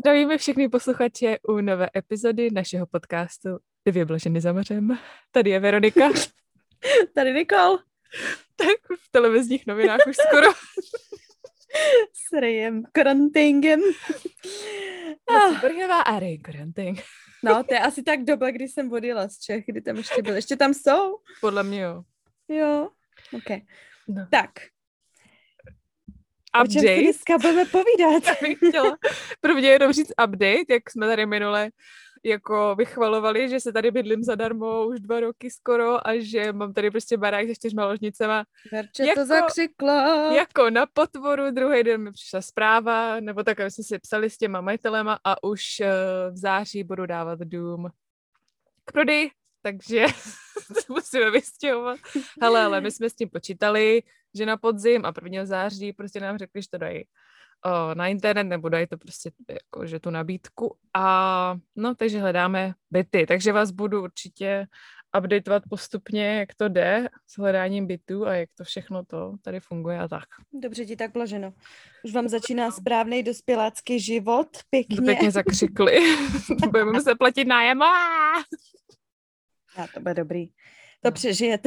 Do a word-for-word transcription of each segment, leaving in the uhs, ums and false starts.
Zdravíme všechny posluchače u nové epizody našeho podcastu Dvě bloženy za mořem. Tady je Veronika. Tady Nikol. Tak v televizních novinách už skoro. S Rejem Karantingem. Ah. Brhevá a Rej Karanting. No, to je asi tak doba, kdy jsem odjela z Čech, kdy tam ještě byl. Ještě tam jsou? Podle mě jo. Jo, ok. No. Tak. Update. O čem si dneska budeme povídat? Já bych chtěla prvně jenom říct update, jak jsme tady minule jako vychvalovali, že se tady bydlím zadarmo už dva roky skoro a že mám tady prostě barák se čtyřma ložnicema. Verče jako, to zakřikla. Jako na potvoru, druhý den mi přišla zpráva, nebo tak, jsme si psali s těma majitelema a už uh, v září budu dávat dům k prodeji, takže musíme vystěhovat. Hele, ale my jsme s tím počítali, že na podzim a prvního září prostě nám řekli, že to dají o, na internet, nebo dají to prostě jako, že tu nabídku a no, takže hledáme byty, takže vás budu určitě updateovat postupně, jak to jde s hledáním bytů a jak to všechno to tady funguje a tak. Dobře ti tak vloženo. Už vám začíná správnej dospělácký život, pěkně. Pěkně zakřikli. Budeme se platit nájem. Já, to bude dobrý. To no. Přežijete.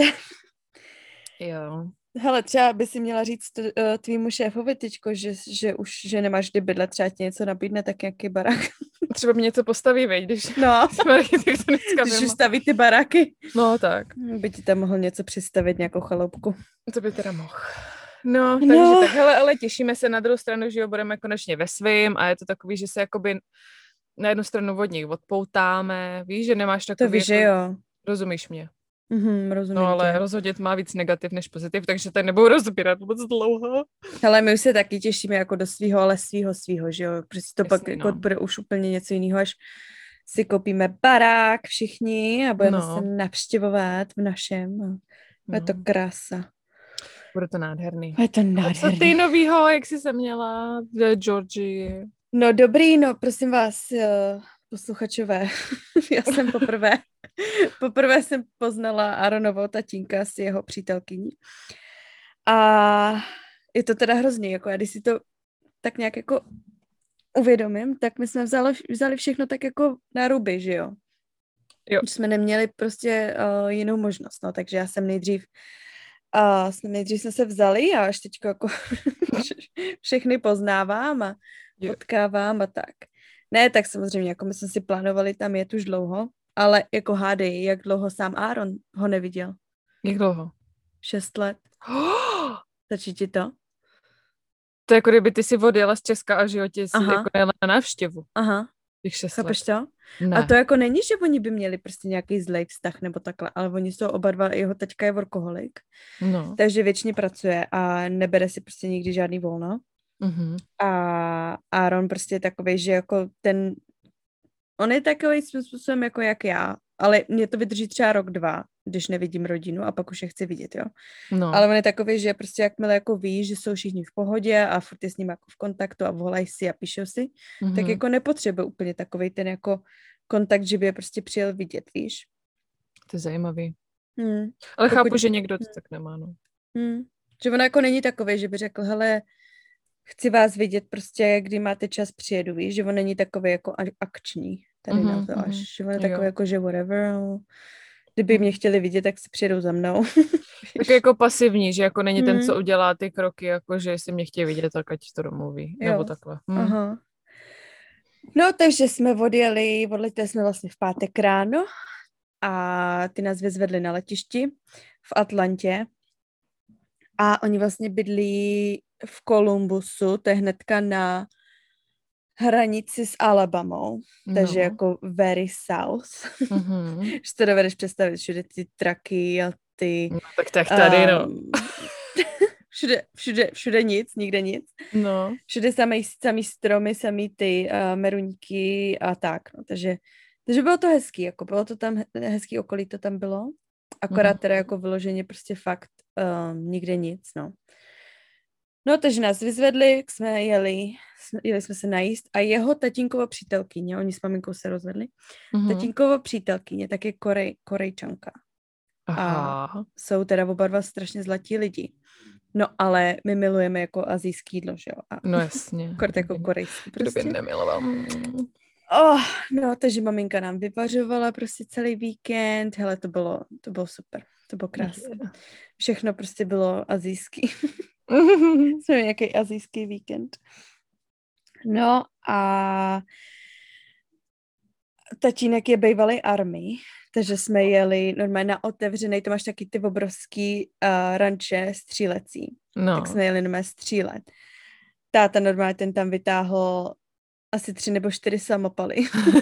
Jo. Hele, třeba by si měla říct uh, tvýmu šéfovi teďko, že, že už že nemáš kdy bydlet, třeba ti něco nabídne, tak nějaký barák. Třeba mi něco postaví, veď, když, no. když už staví ty baráky. No tak. By ti tam mohl něco přistavit, nějakou chaloupku. To by teda mohl. No, takže no. tak, hele, ale těšíme se na druhou stranu, že jo, budeme konečně ve svým a je to takový, že se jakoby na jednu stranu od nich odpoutáme, víš, že nemáš takový... To víš, jako, že jo. Rozumíš mě? Mhm, rozumím. No ale tě. rozhodně to má víc negativ než pozitiv, takže tady nebudu rozbírat moc dlouho. Hele, my už se taky těšíme jako do svýho, ale svýho, svýho, že jo, prostě to Jasný, pak jako no. bude už úplně něco jiného, až si koupíme barák všichni a budeme no. se navštěvovat v našem. No. Je to krása. Bude to nádherný. Je to nádherný. A co ty novýho, jak jsi se měla v Georgii? No dobrý, no prosím vás, posluchačové, já jsem poprvé, poprvé jsem poznala Aaronovou tatínka s jeho přítelkyní a je to teda hrozný, jako já když si to tak nějak jako uvědomím, tak my jsme vzali, vzali všechno tak jako na ruby, že jo? Jo. Už jsme neměli prostě uh, jinou možnost, no, takže já jsem nejdřív uh, jsme nejdřív jsme se vzali a až teďko jako všechny poznávám a jo. potkávám a tak. Ne, tak samozřejmě, jako my jsme si plánovali tam jet už dlouho, ale jako hádej, jak dlouho sám Aaron ho neviděl. Jak dlouho? Šest let. Oh! Stačí ti to? To je jako kdyby ty si odjela z Česka a životě si jako jela na návštěvu. Aha. Těch šest Chápeš let. to? Ne. A to jako není, že oni by měli prostě nějaký zlej vztah nebo takhle, ale oni jsou oba dva, jeho taťka je workoholik, no. takže věčně pracuje a nebere si prostě nikdy žádný volno. Mm-hmm. A Aaron prostě je takovej, že jako ten, on je takovej svým způsobem jako jak já, ale mě to vydrží třeba rok, dva, když nevidím rodinu a pak už je chci vidět, jo. No. Ale on je takový, že prostě jakmile jako ví, že jsou všichni v pohodě a furt je s ním jako v kontaktu a volají si a píšou si, mm-hmm. tak jako nepotřebuje úplně takovej ten jako kontakt, že by je prostě přijel vidět, víš. To je zajímavý. Hmm. Ale Pokud... chápu, že někdo to tak nemá, no. Hmm. Že on jako není takový, že by řekl, hele, chci vás vidět prostě, kdy máte čas, přijedu, víš, že on není takový jako akční tady mm-hmm, na to, až, že on je takový jo. jako, že whatever, kdyby mě chtěli vidět, tak si přijedou za mnou. Tak jako pasivní, že jako není mm. ten, co udělá ty kroky, jako že jestli mě chtějí vidět, tak ať to domluví, jo. Nebo takhle. Hmm. Aha. No, takže jsme odjeli, odletěli jsme vlastně v pátek ráno a ty nás vyzvedli na letišti v Atlantě a oni vlastně bydlí v Kolumbusu, to je hnedka na hranici s Alabamou, takže no. jako very south. Mm-hmm. Že to dovedeš představit, všude ty traky a ty... No, tak tak tady, um, no. všude, všude, všude nic, nikde nic. No. Všude samý, samý stromy, samý ty uh, meruňky a tak, no, takže, takže bylo to hezký, jako bylo to tam, hezký okolí to tam bylo, akorát mm-hmm. teda jako vyloženě prostě fakt um, nikde nic, no. No, takže nás vyzvedli, jsme jeli, jeli jsme se najíst a jeho tatínkova přítelkyně, oni s maminkou se rozvedli, mm-hmm. tatínkova přítelkyně, tak je Korej, Korejčanka. Aha. A jsou teda oba dva strašně zlatí lidi. No ale my milujeme jako asijský jídlo, že jo? A No jasně. kort jako korejský Kdo by prostě. nemiloval. Oh, no, takže maminka nám vyvařovala prostě celý víkend. Hele, to bylo, to bylo super. To bylo krásné. Yeah. Všechno prostě bylo asijský. Jsme měli nějaký asijský víkend. No a tatínek je bývalý army, takže jsme jeli normálně na otevřenej, to máš taky ty obrovský uh, ranče střílecí. No. Tak jsme jeli normálně střílet. Táta normálně ten tam vytáhl asi tři nebo čtyři samopaly.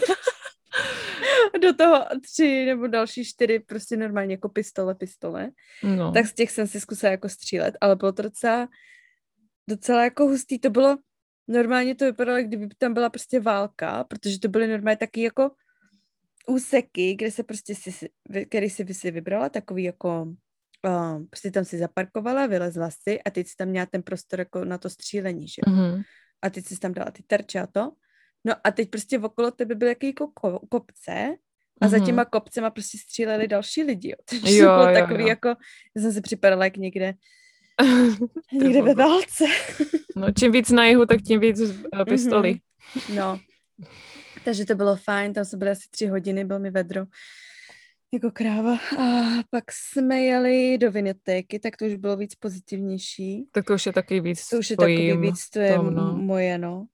Do toho tři nebo další čtyři prostě normálně jako pistole, pistole. No. Tak z těch jsem si zkusila jako střílet, ale bylo to docela, docela jako hustý. To bylo, normálně to vypadalo, kdyby tam byla prostě válka, protože to byly normálně taky jako úseky, kde se prostě si, který si, si vybrala, takový jako, uh, prostě tam si zaparkovala, vylezla si a teď si tam měla ten prostor jako na to střílení, že jo. Mm-hmm. A teď si tam dala ty terče a to. No a teď prostě okolo tebe byly jaký jako kopce a mm-hmm. za těma kopcema prostě stříleli další lidi, jo. Takže jo, to bylo jo, takový jo. jako, já jsem si připadala jak někde, někde ve válce. No čím víc na jihu, tak tím víc uh, pistolí. Mm-hmm. No. Takže to bylo fajn, tam se byly asi tři hodiny, byl mi vedro jako kráva. A pak jsme jeli do vinotéky, tak to už bylo víc pozitivnější. Tak to už je taky víc To už je takový víc, to je tom, no. moje, no.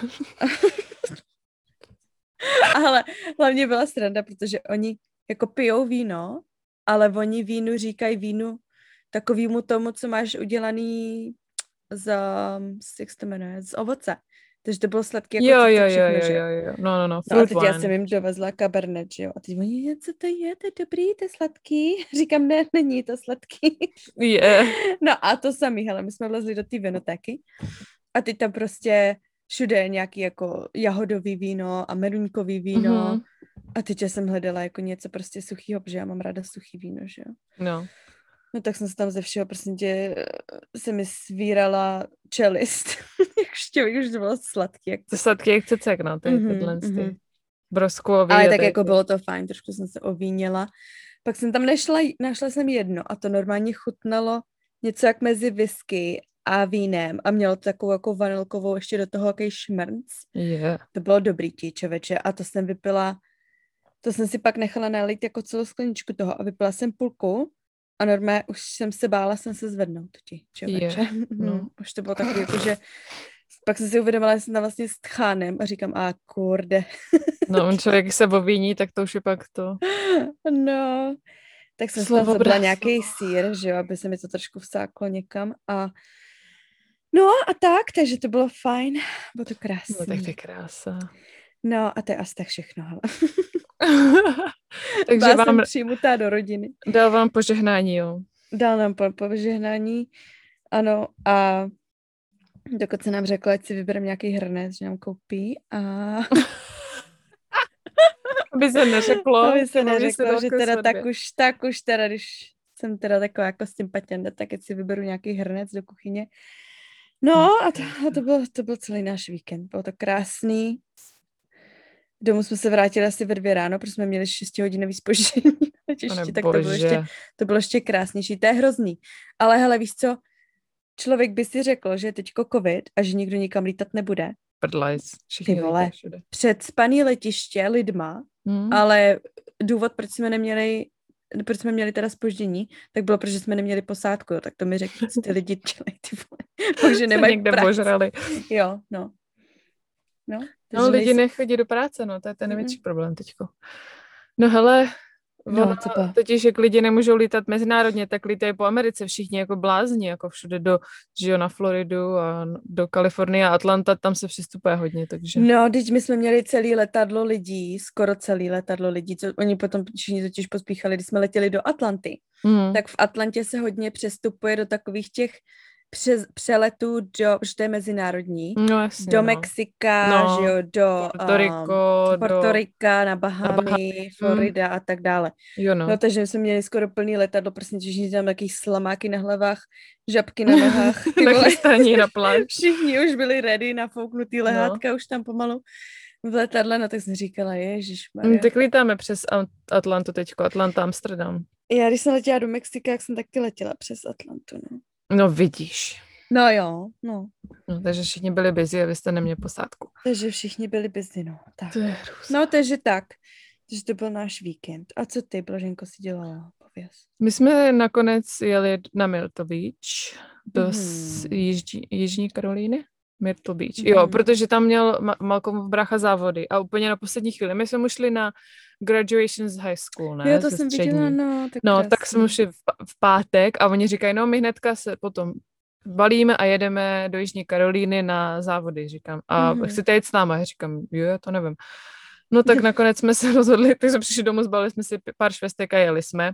Ale hlavně byla sranda, protože oni jako pijou víno, ale oni vínu říkají vínu takovýmu tomu, co máš udělaný z, jak se to jmenuje, z ovoce. Takže to bylo sladké jako jo, jo, všechno, jo, že? jo, jo, no, no, no, No a teď wine. já jsem jim dovezla kabernet, že jo? A teď oni, co to je, to je dobrý, to je sladký. Říkám, ne, není to sladký. Yeah. No a to samý, hele, my jsme vlezli do té vinotéky a teď tam prostě všude je nějaký jako jahodový víno a meruňkový víno mm-hmm. a teď jsem hledala jako něco prostě suchýho, protože já mám ráda suchý víno, že jo? No. No tak jsem se tam ze všeho, prostě tě, se mi svírala čelist. Jak štěvík, už to bylo sladký. Jak to sladký jak cecek, no, to je mm-hmm, tyhle mm-hmm. ty broskový. Ale tak jako bylo to fajn, trošku jsem se ovíněla. Pak jsem tam nešla, našla jsem jedno a to normálně chutnalo něco jak mezi whisky a vínem a mělo to takovou jako vanilkovou ještě do toho jaký šmrnc. Yeah. To bylo dobrý, tí čověče, a to jsem vypila, to jsem si pak nechala nalít jako celou skleničku toho a vypila jsem půlku a normálně už jsem se bála jsem se zvednout, tí čověče. Yeah. No. Hmm, už to bylo takový jako, že pak jsem si uvědomila, že jsem tam vlastně s tchánem a říkám, a kurde. No, on člověk se ovíní, tak to už je pak to. No, tak jsem Slovo tam zabila nějaký sýr, že jo, aby se mi to trošku vsáklo někam a no a tak, takže to bylo fajn, bylo to krásné. No, tak to je krása. No a to je asi tak všechno, hele. Takže Byla vám jsem přijmutá do rodiny. Dal vám požehnání, jo. Dal nám po, požehnání, ano, a dokud se nám řekla, ať si vybereme nějaký hrnec, že nám koupí a... Aby se neřeklo. Aby se neřeklo, se že teda tak už, tak už teda, když jsem teda taková jako s tím patěnda, tak ať si vyberu nějaký hrnec do kuchyně. No a to, a to, byl, to byl celý náš víkend. Bylo to krásný. Domů jsme se vrátili asi ve dvě ráno, protože jsme měli šestihodinový zpoždění. Ještě, tak to bylo ještě, to bylo ještě krásnější. To je hrozný. Ale hele, víš co? Člověk by si řekl, že je teďko covid a že nikdo nikam lítat nebude. Prdlajc. Ty vole, předspaný letiště lidma, hmm. ale důvod, proč jsme neměli proč jsme měli teda zpoždění, tak bylo, protože jsme neměli posádku, jo, tak to mi řekli, co ty lidi dělají, ty vole. Takže nemají někde práci. Požrali. Jo, no. No, no lidi nejsou... nechodí do práce, no, to je ten největší mm-hmm. problém teďko. No hele, no, ono, totiž jak lidi nemůžou lítat mezinárodně, tak lítají po Americe všichni jako blázni, jako všude do, že jo, na Floridu a do Kalifornie a Atlanta, tam se přistupuje hodně, takže. No, teď my jsme měli celý letadlo lidí, skoro celý letadlo lidí, co oni potom všichni totiž pospíchali, když jsme letěli do Atlanty, mm. tak v Atlantě se hodně přestupuje do takových těch přes, přeletů do, že to je mezinárodní, no, jasně, do no. Mexika, no, že jo, do Puerto Rico, um, Puerto Rica, do... na Bahamy, Florida mm. a tak dále. Jo, no. no, takže jsme měli skoro plný letadlo, prostě všichni tam takový slamáky na hlavách, žabky na nohách. Nachystaní na pláž. Všichni už byli ready, nafouknutý lehátka, no. už tam pomalu v letadle, no tak jsem říkala, ježišmarja. Mm, tak lítáme přes Atlantu teďko, Atlanta, Amsterdam. Já když jsem letěla do Mexika, jak jsem taky letěla přes Atlantu, no. No vidíš. No jo, no. No, takže všichni byli busy a vy jste neměli posádku. Takže všichni byli busy, no. Tak. To je hrůza. No, takže tak. Takže to byl náš víkend. A co ty, Blaženko, si dělala? Pověz. My jsme nakonec jeli na Myrtle Beach do Mhm. jižní, jižní Karolíny. Myrtle Beach. Mhm. Jo, protože tam měl Ma- Malcolmův brácha závody a úplně na poslední chvíli. My jsme šli na graduation z high school, ne? Jo, to Ze jsem střední. viděla, no. Tak No, krásný. tak jsme šli v, v pátek a oni říkají, no my hnedka se potom balíme a jedeme do Jižní Karolíny na závody, říkám. A Mhm. chcete jít s náma? Já říkám, jo, já to nevím. No tak nakonec jsme se rozhodli, tak jsme přišli domů, zbalili jsme si pár švestek a jeli jsme.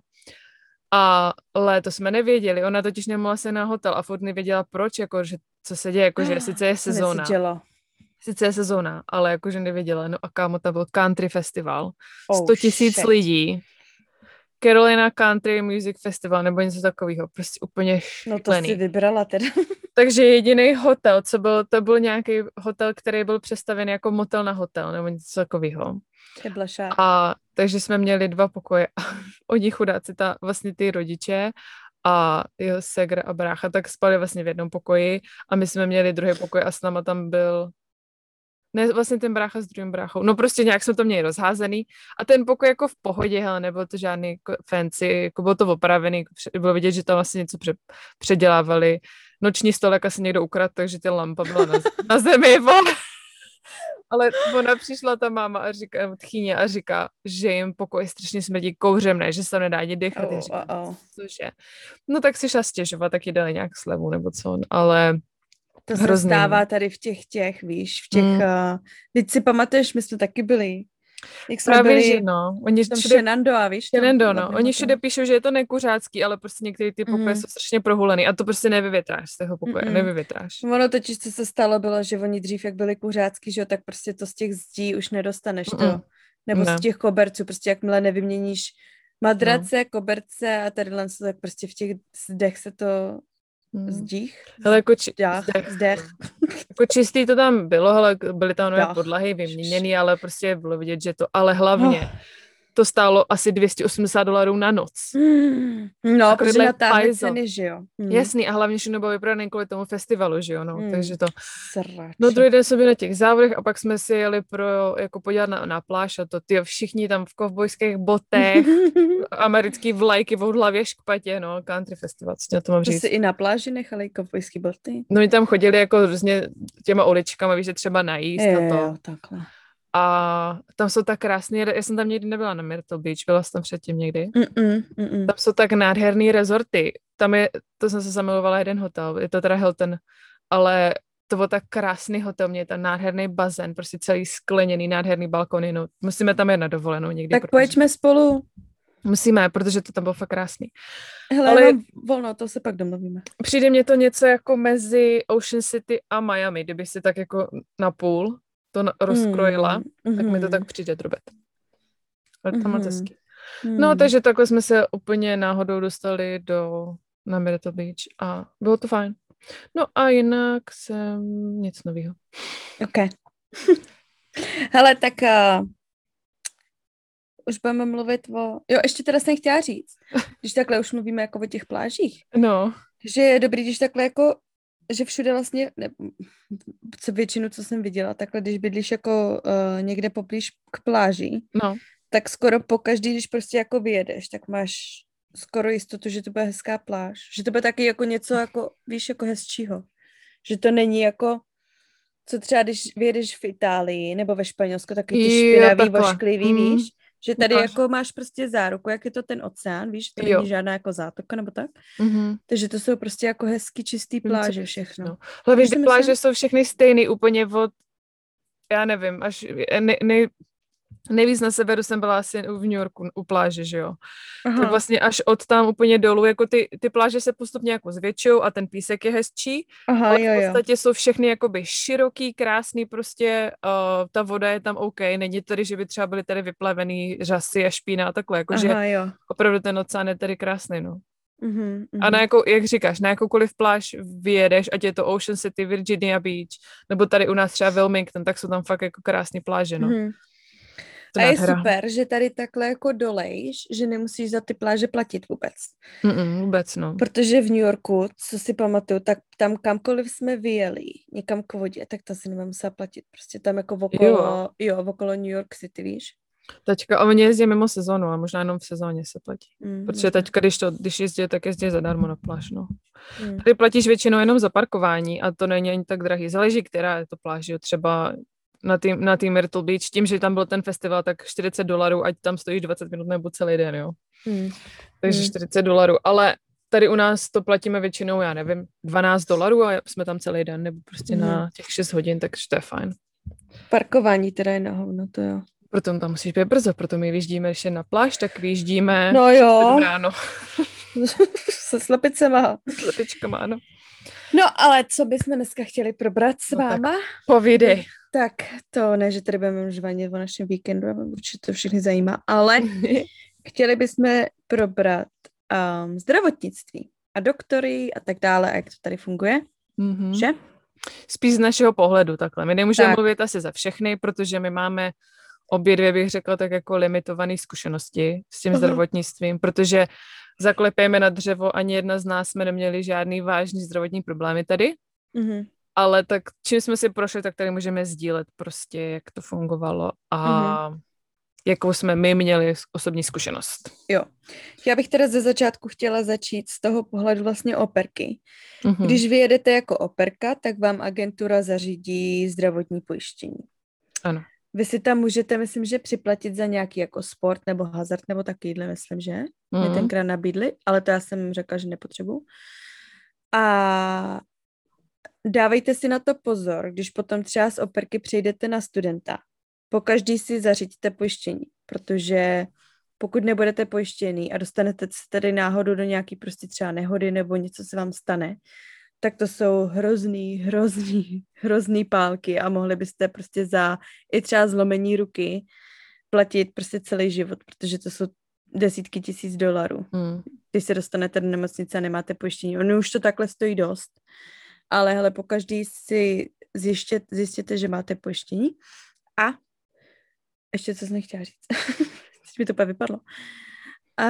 A léto jsme nevěděli, ona totiž nemohla se na hotel a furt nevěděla proč, jako, že co se děje, jakože sice je sezóna, Neseděla. sice je sezóna, ale jakože nevěděla, no a kámo, tam byl country festival, Oh, sto tisíc shit. lidí, Carolina Country Music Festival nebo něco takového, prostě úplně No to šílený. si vybrala teda. Takže jediný hotel, co byl, to byl nějaký hotel, který byl přestavěn jako motel na hotel nebo něco takového. Je blašák. A takže jsme měli dva pokoje a oni chudáci, ta, vlastně ty rodiče a jeho segr a brácha, tak spali vlastně v jednom pokoji a my jsme měli druhý pokoj a s náma tam byl, ne, vlastně ten brácha s druhým bráchou, no prostě nějak jsme to měli rozházený a ten pokoj jako v pohodě, hele, nebyl to žádný jako fancy, jako bylo to opravený, jako bylo vidět, že tam vlastně něco pře, předělávali, noční stolek asi někdo ukradl, takže ta lampa byla na, na zemi, vole. Ale ona přišla ta máma a říká, tchýně a říká, že jim pokoj strašně smrdí kouřem, ne, že se tam nedá ani dechat. Oh, Já říkám, oh, oh. cože? No tak si šla stěžovat, tak jí dali nějak slevu nebo co, ale To se hrozný. stává tady v těch těch, víš, v těch, Mm. mm. uh, teď si pamatuješ, my jsme taky byli, jak jsme Právě, byli že no, oni v tom všude, Shenandoah, víš? tom Shenandoah, no, hlavním oni hotelu. všude píšou, že je to nekuřácký, ale prostě některé ty pokoje Mhm. jsou strašně prohulený a to prostě nevyvětráš z toho pokoje, Mm-mm. nevyvětráš. Ono totiž, co se stalo, bylo, že oni dřív, jak byli kuřácký, že jo, tak prostě to z těch zdí už nedostaneš to. Mm-mm. Nebo Ne. z těch koberců, prostě jakmile nevyměníš madrace, no. koberce a tadyhle, tak prostě v těch zdech se to Mm. zdích, Hele, jako či, zdách, zdech. zdech. Jako čistý to tam bylo, hele, byly tam nové Dach. podlahy vyměněný, ale prostě bylo vidět, že to, ale hlavně Oh. to stálo asi dvě stě osmdesát dolarů na noc. Mm. No, protože Takovýhle natáhne pajzel. ceny, že jo. Mm. Jasný, a hlavně všechno bylo vyprodané kvůli tomu festivalu, že jo, no, Mm. takže to. Srač. No druhý den jsme byli na těch závodech a pak jsme si jeli pro, jako podívat na, na pláž a to, ty všichni tam v kovbojských botech, americký vlajky v hlavě škpatě, no, country festival, co na to mám To říct. si i na pláži nechali kovbojský boty. No oni tam chodili jako různě těma uličkama, víš, že třeba najíst Jo, a to. jo, takhle. A tam jsou tak krásný, já jsem tam někdy nebyla na Myrtle Beach, byla jsem tam předtím někdy. Mm-mm, mm-mm. Tam jsou tak nádherný rezorty. Tam je, to jsem se zamilovala jeden hotel, je to teda Hilton, ale to byl tak krásný hotel, mě je tam nádherný bazén, prostě celý skleněný, nádherný balkony, no musíme tam jet na dovolenou někdy. Tak protože, pojďme spolu. Musíme, protože to tam bylo fakt krásný. Hele, Ale- ale... mám volno, to se pak domluvíme. Přijde mně to něco jako mezi Ocean City a Miami, kdyby si tak jako na půl to na- rozkrojila, Mm, tak mi to mhm, tak přijde drobet. Ale tam moc Mhm. hezky. mm. No, takže takhle jsme se úplně náhodou dostali do, na Myrtle Beach a bylo to fajn. No a jinak jsem nic nového. OK. Hele, tak uh, už budeme mluvit o... Jo, ještě teda jsem chtěla říct, když takhle už mluvíme jako o těch plážích, No, že je dobrý, když takhle jako, že všude vlastně, ne, co většinu, co jsem viděla, takhle, když bydlíš jako uh, někde poblíž k pláži, no, tak skoro pokaždý, když prostě jako vyjedeš, tak máš skoro jistotu, že to bude hezká pláž. Že to bude taky jako něco, jako, víš, jako hezčího. Že to není jako, co třeba, když vyjedeš v Itálii nebo ve Španělsku, taky ty Jo, špinavý, takhle. vošklivý, Mm. víš. Že tady Máš. jako máš prostě záruku, jak je to ten oceán, víš, to Jo. není žádná jako zátoka nebo tak. mhm. Takže to jsou prostě jako hezky čistý Vím, co pláže myslíš, všechno. no. Hlavně Víš, ty co pláže myslím? jsou všechny stejný, úplně od, já nevím, až ne, ne, nejvíc na severu jsem byla asi v New Yorku u pláže, že jo. Aha. Tak vlastně až od tam úplně dolů, jako ty, ty pláže se postupně jako zvětšují a ten písek je hezčí, Aha, ale jo, v jo. podstatě jsou všechny jakoby široký, krásný, prostě uh, ta voda je tam OK, není tady, že by třeba byly tady vyplavený řasy a špína a takhle, jakože Aha, jo. opravdu ten oceán je tady krásný, no. Mhm, A mhm. na jakou, jak říkáš, na jakoukoliv pláž vyjedeš, ať je to Ocean City, Virginia Beach, nebo tady u nás třeba Wilmington, tak jsou tam fakt jako krásný pláže, no. Mhm. To A je nádhera. super, že tady takhle jako dolejš, že nemusíš za ty pláže platit vůbec. Mm-mm, vůbec, no. Protože v New Yorku, co si pamatuju, tak tam kamkoliv jsme vyjeli, někam k vodě, tak to si nemusela platit. Prostě tam jako okolo, Jo. jo, okolo New York City, víš? Taťka, a oni jezdí mimo sezónu a možná jenom v sezóně se platí. Mm, Protože možná. teďka, když, to, když jezdí, tak jezdí zadarmo na pláž, no. Mm. Tady platíš většinou jenom za parkování a to není ani tak drahý. Záleží, která je to pláž, jo. Třeba na tým, na tým Myrtle Beach, tím, že tam byl ten festival, tak čtyřicet dolarů, ať tam stojíš dvacet minut nebo celý den, jo. Mm. Takže Mm. čtyřicet dolarů, ale tady u nás to platíme většinou, já nevím, dvanáct dolarů a jsme tam celý den, nebo prostě Mm. na těch šest hodin, takže to je fajn. Parkování teda je na hovno, to jo. Proto tam musíš být brzo, proto my vyjíždíme, když je na pláž, tak vyjíždíme No jo. ráno. Se slepicema. S lepičkama, ano. No ale co bychom dneska chtěli probrat s No váma? tak povídej. Tak to ne, že tady budeme žvanit o našem víkendu, ale určitě to všechny zajímá, ale chtěli bychom probrat um, zdravotnictví a doktory a tak dále, a jak to tady funguje, Mm-hmm. že? Spíš z našeho pohledu takhle. My nemůžeme Tak. mluvit asi za všechny, protože my máme obě dvě, bych řekla, tak jako limitované zkušenosti s tím Aha. zdravotnictvím, protože zaklepejme na dřevo, ani jedna z nás jsme neměli žádný vážný zdravotní problémy tady, Mhm. ale tak čím jsme si prošli, tak tady můžeme sdílet prostě, jak to fungovalo a Mhm. jakou jsme my měli osobní zkušenost. Jo. Já bych teda ze začátku chtěla začít z toho pohledu vlastně operky. Mhm. Když vyjedete jako operka, tak vám agentura zařídí zdravotní pojištění. Ano. Vy si tam můžete, myslím, že připlatit za nějaký jako sport nebo hazard nebo takovýhle, myslím, že? Mě Mhm. tenkrát nabídli, ale to já jsem řekla, že nepotřebuju. A dávejte si na to pozor, když potom třeba z operky přejdete na studenta. Pokaždý si zařiďte pojištění, protože pokud nebudete pojištěný a dostanete se tady náhodou do nějaký prostě třeba nehody nebo něco se vám stane, tak to jsou hrozný, hrozný, hrozný pálky a mohli byste prostě za i třeba zlomení ruky platit prostě celý život, protože to jsou desítky tisíc dolarů. Mhm. Když se dostanete do nemocnice a nemáte pojištění. Ono už to takhle stojí dost, ale hele, pokaždý si zjištět, zjistěte, že máte pojištění. A ještě co jsem chtěla říct. Teď mi to úplně vypadlo. A...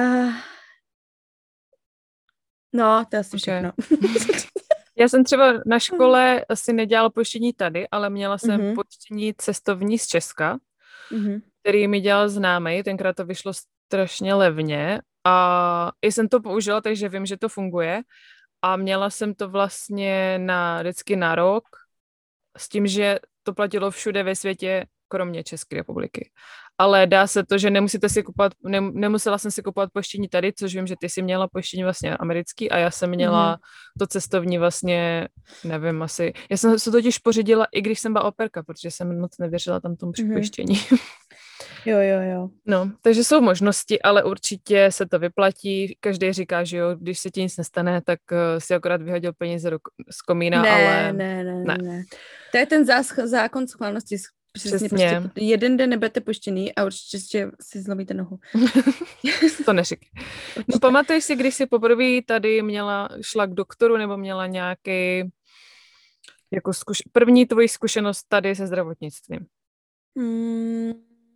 No, to je asi Ok. všechno. Já jsem třeba na škole asi nedělala pojištění tady, ale měla jsem Mhm. pojištění cestovní z Česka, Mhm. který mi dělal známej, tenkrát to vyšlo strašně levně a i jsem to použila, takže vím, že to funguje a měla jsem to vlastně na, vždycky na rok s tím, že to platilo všude ve světě, kromě České republiky. Ale dá se to, že nemusíte si kupovat, ne, nemusela jsem si kupovat pojištění tady, což vím, že ty jsi měla pojištění vlastně americký a já jsem měla Mhm. to cestovní vlastně, nevím, asi. Já jsem se totiž pořídila, i když jsem byla operka, protože jsem moc nevěřila tam tomu Mhm. pojištění. Jo, jo, jo. No, takže jsou možnosti, ale určitě se to vyplatí. Každý říká, že jo, když se ti nic nestane, tak uh, si akorát vyhodil peníze do, z komína, Ne, ale ne, ne, ne. ne, ne. To je ten zás- zákon schválnosti. Přesně, Přesně. prostě jeden den nebudete poštěný a určitě si zlomíte nohu. To neříkej. No pamatuješ si, když jsi poprvé tady měla, šla k doktoru nebo měla nějaký jako zkuš, první tvoji zkušenost tady se zdravotnictvím? Hmm.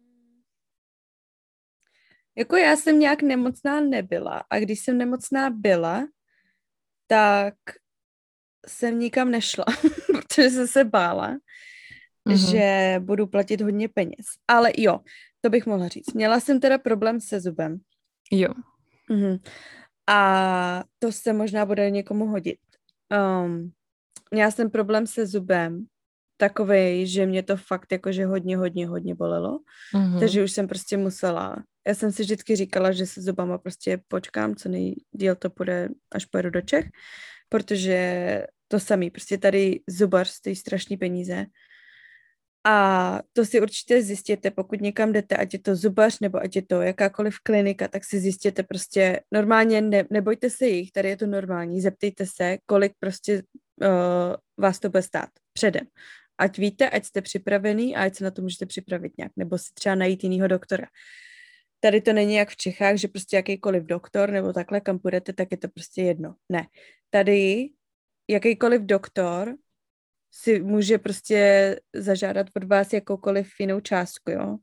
Jako já jsem nějak nemocná nebyla a když jsem nemocná byla, tak jsem nikam nešla, protože jsem se bála, Mhm. že budu platit hodně peněz. Ale jo, to bych mohla říct. Měla jsem teda problém se zubem. Jo. Mhm. A to se možná bude někomu hodit. Um, měla jsem problém se zubem takovej, že mě to fakt jakože hodně, hodně, hodně bolelo. Mhm. Takže už jsem prostě musela. Já jsem si vždycky říkala, že se zubama prostě počkám, co nejdíl to půjde, až pojedu do Čech, protože to samý, prostě tady zubař stojí strašný peníze. A to si určitě zjistěte, pokud někam jdete, ať je to zubař nebo ať je to jakákoliv klinika, tak si zjistěte prostě normálně, ne, nebojte se jich, tady je to normální, zeptejte se, kolik prostě uh, vás to bude stát předem. Ať víte, ať jste připravený a ať se na to můžete připravit nějak, nebo si třeba najít jinýho doktora. Tady to není jak v Čechách, že prostě jakýkoliv doktor nebo takhle, kam půjdete, tak je to prostě jedno. Ne. Tady jakýkoliv doktor si může prostě zažádat od vás jakoukoliv jinou částku, jo.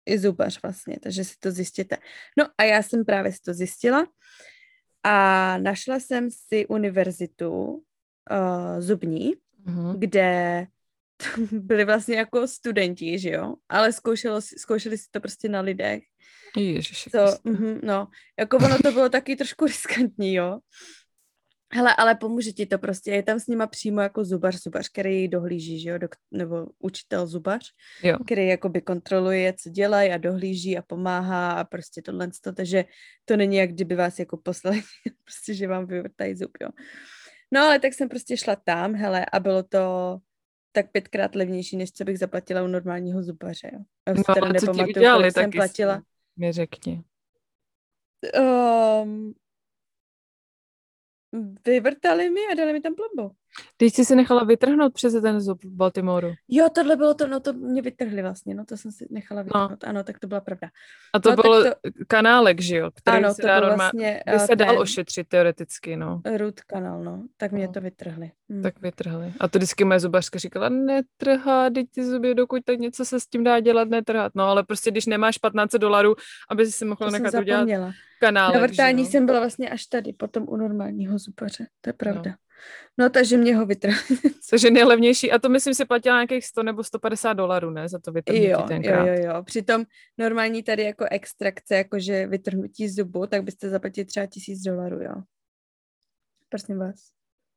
i zubař vlastně, takže si to zjistěte. No a já jsem právě si to zjistila a našla jsem si univerzitu uh, zubní, mm-hmm. kde byli vlastně jako studenti, že jo, ale zkoušelo, zkoušeli si to prostě na lidech. Ježiši. To, mm, no, jako ono to bylo taky trošku riskantní, jo. Hele, ale pomůže ti to prostě, je tam s nima přímo jako zubař, zubař, který dohlíží, že jo, Dok- nebo učitel zubař, jo. který jakoby kontroluje, co dělají a dohlíží a pomáhá a prostě tohle, takže to není jak kdyby vás jako poslali, prostě, že vám vyvrtají zub, jo. No ale tak jsem prostě šla tam, hele, a bylo to tak pětkrát levnější, než co bych zaplatila u normálního zubaře, jo. Já no, teda a co ti nepamatuju, udělali, kolik jsem taky platila. Mi řekni. Um, vyvrtali mi a dali mi tam plombu. Teď jsi si nechala vytrhnout přes ten zub v Baltimoru. Jo, tohle bylo to, no to mě vytrhli vlastně, no to jsem si nechala vytrhnout, no. Ano, tak to byla pravda. A to no, byl to... kanálek, že jo? Který ano, se to dá byl normál... vlastně by se dal ten... ošetřit teoreticky, no. root kanál, no, tak mě no. to vytrhli. Hmm. Tak vytrhli. A to vždycky moje zubařka říkala, netrhá, teď ty zuby, dokud tak něco se s tím dá dělat, netrhat. No, ale prostě, když nemáš patnáct set dolarů, aby si si mohla nechat udělat kanálek, na vrtání že, no? jsem byla vlastně až tady, potom u normálního zubaře, to je pravda. No. No, takže mě ho vytrhli. Takže nejlevnější. A to myslím si platila nějakých sto nebo sto padesát dolarů, ne? Za to vytrhnutí jo, tenkrát. Jo, jo, jo. Přitom normální tady jako extrakce, jakože vytrhnutí zubu, tak byste zaplatili třeba tisíc dolarů, jo. Prosím vás.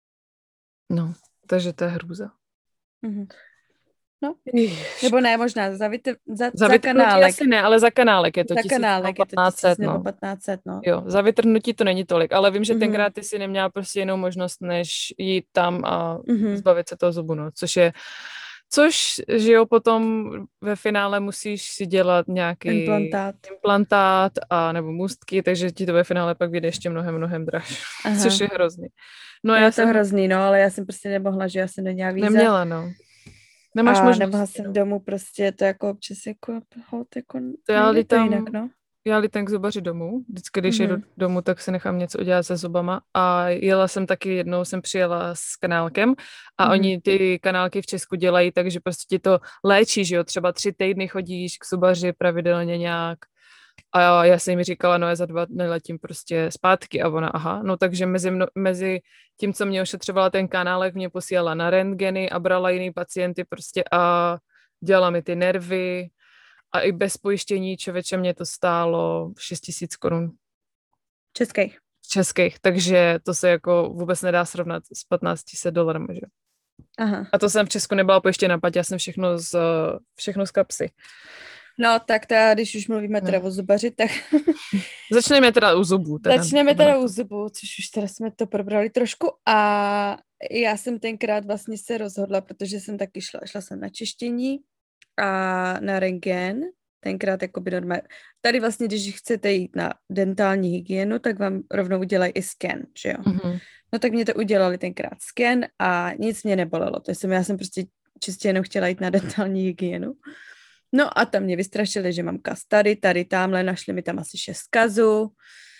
No, takže to je hrůza. Mhm. No, Jež. Nebo ne, možná za, vytr- za, za, za kanálek. Asi ne, ale za kanálek je to za tisíc kanálek nebo patnáct set, nebo no. patnáct set, no. Jo, za vytrhnutí to není tolik, ale vím, že mm-hmm. tenkrát ty si neměla prostě jinou možnost, než jít tam a mm-hmm. zbavit se toho zubu, no, což je, což, že jo, potom ve finále musíš si dělat nějaký implantát, implantát a nebo můstky, takže ti to ve finále pak vyjde ještě mnohem, mnohem draž, což je hrozný. No, je já to jsem... hrozný, no, ale já jsem prostě nemohla, že já jsem neměla víza. Neměla, no. Nemáš a možnost. nemohla jsem no. domů, prostě to jako občas jako, hold, jako to já to tam, jinak, no. Já lítam k zubaři domů, vždycky, když mm-hmm. jedu domů, tak si nechám něco udělat se zubama a jela jsem taky jednou, jsem přijela s kanálkem a mm-hmm. oni ty kanálky v Česku dělají, takže prostě ti to léčí, že jo, třeba tři týdny chodíš k zubaři pravidelně nějak a já jsem mi říkala, no já za dva dny letím prostě zpátky a ona, aha, no takže mezi, mno, mezi tím, co mě ošetřovala ten kanálek, mě posílala na rentgeny a brala jiný pacienty prostě a dělala mi ty nervy. A i bez pojištění, člověče, mě to stálo šest tisíc korun. Českých. Českých, takže to se jako vůbec nedá srovnat s patnáct set dolarů, že? Aha. A to jsem v Česku nebyla pojištěna, pať já jsem všechno z, všechno z kapsy. No, tak teda, když už mluvíme teda no. o zubaři, tak... Začneme teda u zubů. Teda. Začneme teda u zubů, což už teda jsme to probrali trošku a já jsem tenkrát vlastně se rozhodla, protože jsem taky šla, šla jsem na čištění a na rentgen, tenkrát jakoby normálně. Tady vlastně, když chcete jít na dentální hygienu, tak vám rovnou udělají i sken, že jo? Mm-hmm. No tak mě to udělali tenkrát sken a nic mě nebolelo, to jsem, já jsem prostě čistě jenom chtěla jít na dentální hygienu. No a tam mě vystrašili, že mám kas tady, tady, tamhle, našli mi tam asi šest kazů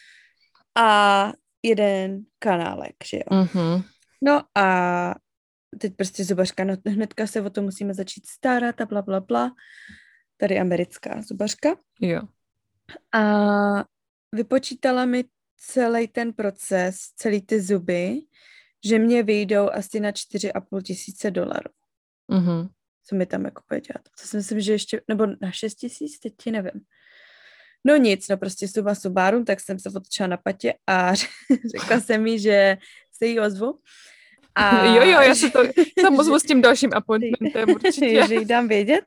a jeden kanálek, že jo? Mm-hmm. No a teď prostě zubařka, no hnedka se o to musíme začít starat a bla, bla, bla. Tady americká zubařka. Jo. A vypočítala mi celý ten proces, celý ty zuby, že mě vyjdou asi na čtyři a půl tisíce dolarů. Mhm. Co mi tam jako bude dělat. To si myslím, že ještě, nebo na šest tisíc, teď ti nevím. No nic, no prostě suma sumárum, tak jsem se otočila na patě a řekla jsem mi, že se jí ozvu. A jo, jo, já se to tam ozvu s tím dalším appointmentem určitě. Že jí dám vědět.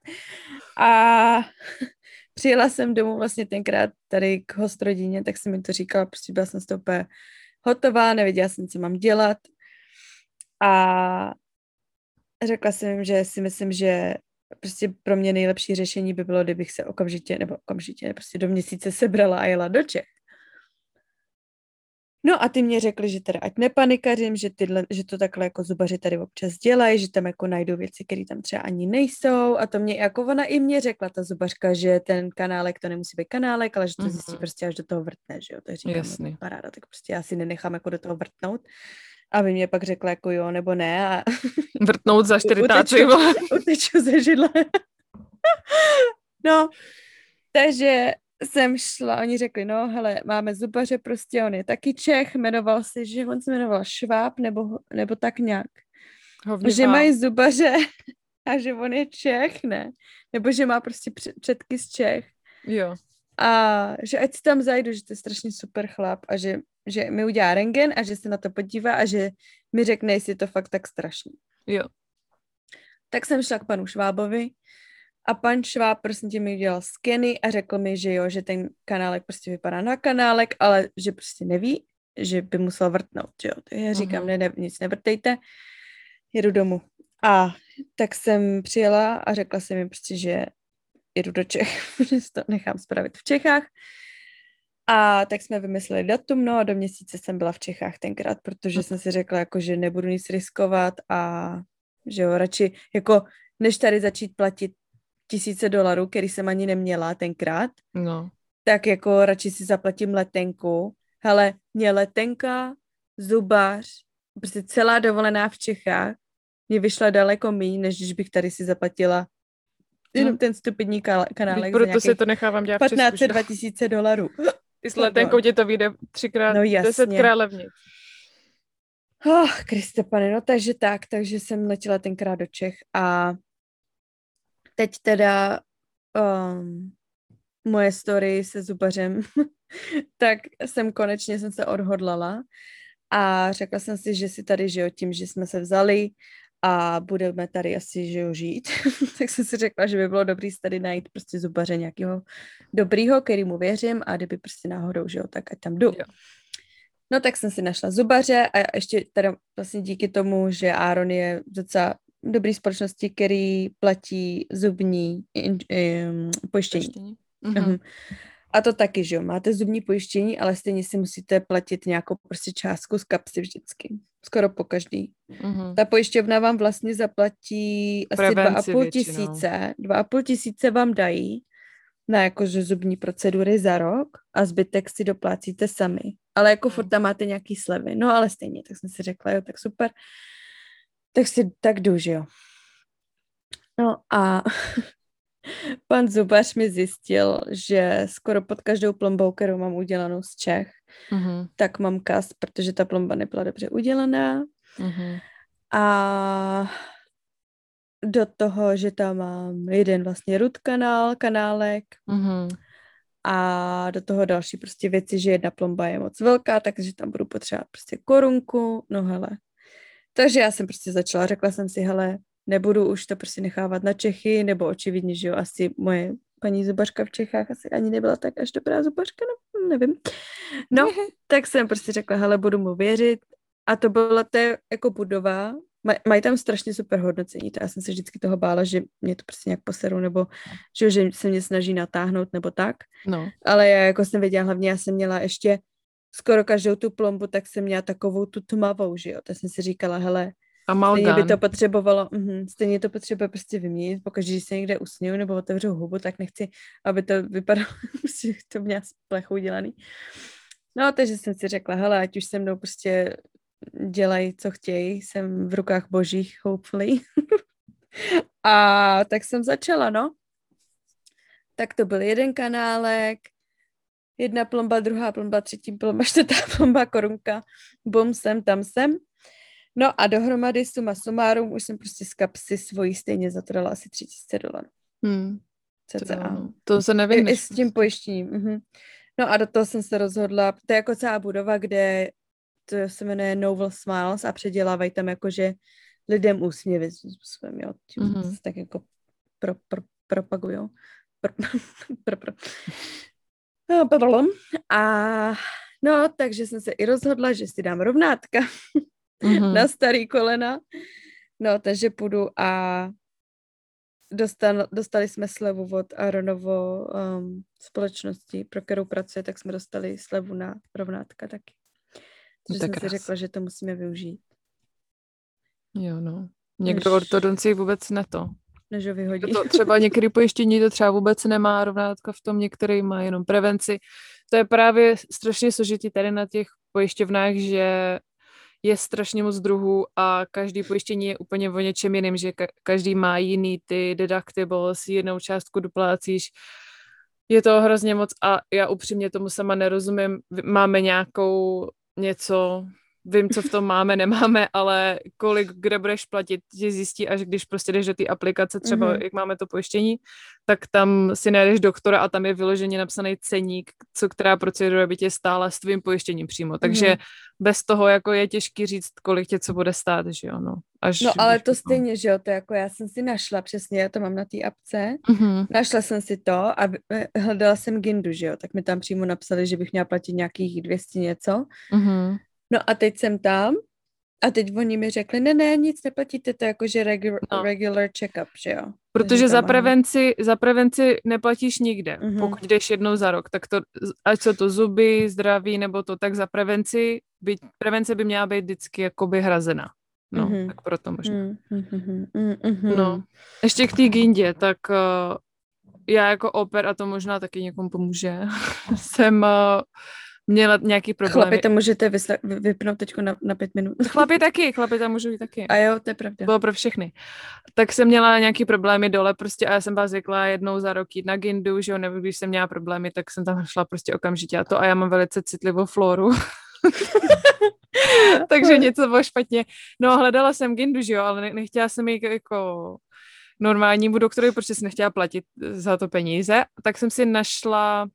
A přijela jsem domů vlastně tenkrát tady k hostrodině, tak jsem mi to říkala, prostě byla jsem z toho úplně hotová, nevěděla jsem, co mám dělat. A řekla jsem jim, že si myslím, že prostě pro mě nejlepší řešení by bylo, kdybych se okamžitě, nebo okamžitě, prostě do měsíce sebrala a jela do Čech. No a ty mě řekli, že teda ať nepanikařím, že, tyhle, že to takhle jako zubaři tady občas dělají, že tam jako najdou věci, které tam třeba ani nejsou a to mě, jako ona i mě řekla, ta zubařka, že ten kanálek to nemusí být kanálek, ale že to zjistí mm-hmm. prostě až do toho vrtne, že jo, to říkám, jasný. Paráda, tak prostě já si nenechám jako do toho vrtnout, aby mě pak řekla jako jo nebo ne a vrtnout za čtyřitáci. Uteču, uteču ze židle. No, Takže jsem šla, oni řekli, no hele, máme zubaře prostě, on je taky Čech, jmenoval se, že on se jmenoval Šváb, nebo, nebo tak nějak. Hovně Že vám. mají zubaře a že on je Čech, ne? Nebo že má prostě před- předky z Čech. Jo. A že ať si tam zajdu, že to je strašně super chlap a že, že mi udělá rentgen a že se na to podívá a že mi řekne, jestli je to fakt tak strašný. Jo. Tak jsem šla k panu Švábovi a pan Šváb prostě tě mi udělal skeny a řekl mi, že jo, že ten kanálek prostě vypadá na kanálek, ale že prostě neví, že by musel vrtnout, že jo. Tak já říkám, Mhm. ne, ne, nic nevrtejte, jedu domů. A tak jsem přijela a řekla jsem jim prostě, že jedu do Čech, že si to nechám spravit v Čechách. A tak jsme vymysleli datum, no a do měsíce jsem byla v Čechách tenkrát, protože jsem si řekla, jako, že nebudu nic riskovat a že jo, radši, jako, než tady začít platit tisíce dolarů, který jsem ani neměla tenkrát, No. tak jako radši si zaplatím letenku. Hele, mě letenka, zubař, prostě celá dovolená v Čechách mě vyšla daleko míň, než když bych tady si zaplatila jenom No. ten stupidní kanálek za Proto si nějakých to nechávám dělat v Česku. patnáct že? dva tisíce dolarů. I s letenkou ti to vyjde třikrát, No jasně. desetkrát levněji. Oh, Kriste pane, no takže tak, takže jsem letěla tenkrát do Čech a teď teda um, moje story se zubařem, tak jsem konečně jsem se odhodlala a řekla jsem si, že si tady, že jo, tím, že jsme se vzali a budeme tady asi, že jo, žít, tak jsem si řekla, že by bylo dobrý si tady najít prostě zubaře nějakého dobrýho, kterýmu věřím a kdyby prostě náhodou, že jo, tak ať tam jdu. Jo. No tak jsem si našla zubaře a ještě teda vlastně díky tomu, že Aaron je docela dobrý společnosti, který platí zubní in, um, pojištění. Pojištění. Mhm. Mhm. A to taky, že jo, máte zubní pojištění, ale stejně si musíte platit nějakou prostě částku z kapsy vždycky. Skoro po každý. Mhm. Ta pojišťovna vám vlastně zaplatí asi Prevenci dva a půl většinou. tisíce. Dva a půl tisíce vám dají na jakože zubní procedury za rok a zbytek si doplácíte sami. Ale jako furt tam máte nějaký slevy. No ale stejně, tak jsem si řekla, jo, tak super. Tak si tak jdu, že jo. No a pan zubař mi zjistil, že skoro pod každou plombou, kterou mám udělanou z Čech, Mhm. tak mám kas, protože ta plomba nebyla dobře udělaná. Mhm. A do toho, že tam mám jeden vlastně root kanál, kanálek Mhm. a do toho další prostě věci, že jedna plomba je moc velká, takže tam budu potřebovat prostě korunku, no hele. Takže já jsem prostě začala, řekla jsem si, hele, nebudu už to prostě nechávat na Čechy, nebo očividně, že jo, asi moje paní zubařka v Čechách asi ani nebyla tak až dobrá zubařka, no, nevím. No, tak jsem prostě řekla, hele, budu mu věřit a to byla to jako budova, Maj, mají tam strašně super hodnocení, to já jsem se vždycky toho bála, že mě to prostě nějak poserou, nebo že, že se mě snaží natáhnout, nebo tak. No. Ale já jako jsem věděla, hlavně já jsem měla ještě skoro každou tu plombu, tak jsem měla takovou tu tmavou, že jo. Tak jsem si říkala, hele, Amalgam. stejně by to potřebovalo, uh, stejně to potřebuje prostě vyměnit, pokaždé, když se někde usměju nebo otevřu hubu, tak nechci, aby to vypadalo, že to měla z plechu udělaný. No, takže jsem si řekla, hele, ať už se mnou prostě dělají, co chtějí, jsem v rukách božích, hopefully. A tak jsem začala, no. Tak to byl jeden kanálek, jedna plomba, druhá plomba, třetí plomba, čtvrtá plomba, korunka, bum, sem, tam jsem. No a dohromady suma sumárum už jsem prostě z kapsy svojí stejně zatrala asi tři tisíce dolarů. Hmm. Cca. To, to se I, nevyhneš. I s tím pojištěním. Mhm. No a do toho jsem se rozhodla, to je jako celá budova, kde to se jmenuje Novel Smiles a předělávají tam jakože lidem úsměvy svým, jo. Tím Mhm. se tak jako pro, pro, propagujou. Pro, pro, pro. No, blablabla. A no, takže jsem se i rozhodla, že si dám rovnátka Mhm. na starý kolena. No, takže půjdu a dostal, dostali jsme slevu od Aaronovo um, společnosti, pro kterou pracuje, tak jsme dostali slevu na rovnátka taky. Takže To je jsem si krásný. řekla, že to musíme využít. Jo, no. Někdo Než- ortodonci vůbec ne to. Než ho vyhodí. To třeba některé pojištění to třeba vůbec nemá rovnátka v tom, některý má jenom prevenci. To je právě strašně složitý tady na těch pojišťovnách, že je strašně moc druhů a každý pojištění je úplně o něčem jiným, že ka- každý má jiný ty deductibles, jinou částku doplácíš Je to hrozně moc a já upřímně tomu sama nerozumím. Máme nějakou něco, vím, co v tom máme, nemáme, ale kolik, kde budeš platit, ti zjistí, až když prostě jdeš do té aplikace, třeba Mhm. jak máme to pojištění, tak tam si najdeš doktora a tam je vyloženě napsaný ceník, co která procedura by tě stála s tvým pojištěním přímo. Takže Mhm. bez toho jako je těžký říct, kolik tě co bude stát, že jo, no. Až No ale když to potom- stejně, že jo, to jako já jsem si našla přesně, já to mám na té apce, Mhm. našla jsem si to a v- eh, hledala jsem Gindu, že jo, tak mi tam přímo napsali, že bych měla platit nějakých dvě stě něco. Mhm. No a teď jsem tam a teď oni mi řekli, ne, ne, nic neplatíte, to je jakože regu- No. regular check-up, že jo. Protože Říkám, za aha. prevenci, za prevenci neplatíš nikde. Mhm. Pokud jdeš jednou za rok, tak to, ať jsou to zuby, zdraví nebo to, tak za prevenci, by, prevence by měla být vždycky jakoby hrazena. No, Mhm. tak proto možná. Mm, mhm, mm, mhm. No, ještě k té Gindě, tak uh, já jako oper, a to možná taky někomu pomůže, jsem uh, měla nějaký problémy. Chlapi, to můžete vysle- vy- vypnout teďko na, na pět minut. Chlapi taky, chlapi tam můžou být taky. A jo, to je pravda. Bylo pro všechny. Tak jsem měla nějaký problémy dole prostě a já jsem byla zvyklá jednou za rok jít na Gindu, že jo, nebo když jsem měla problémy, tak jsem tam šla prostě okamžitě a to a já mám velice citlivou floru. Takže něco bylo špatně. No hledala jsem Gindu, že jo, ale ne- nechtěla jsem jít jako normálnímu doktorovi, protože jsem nechtěla platit za to peníze, tak jsem si našla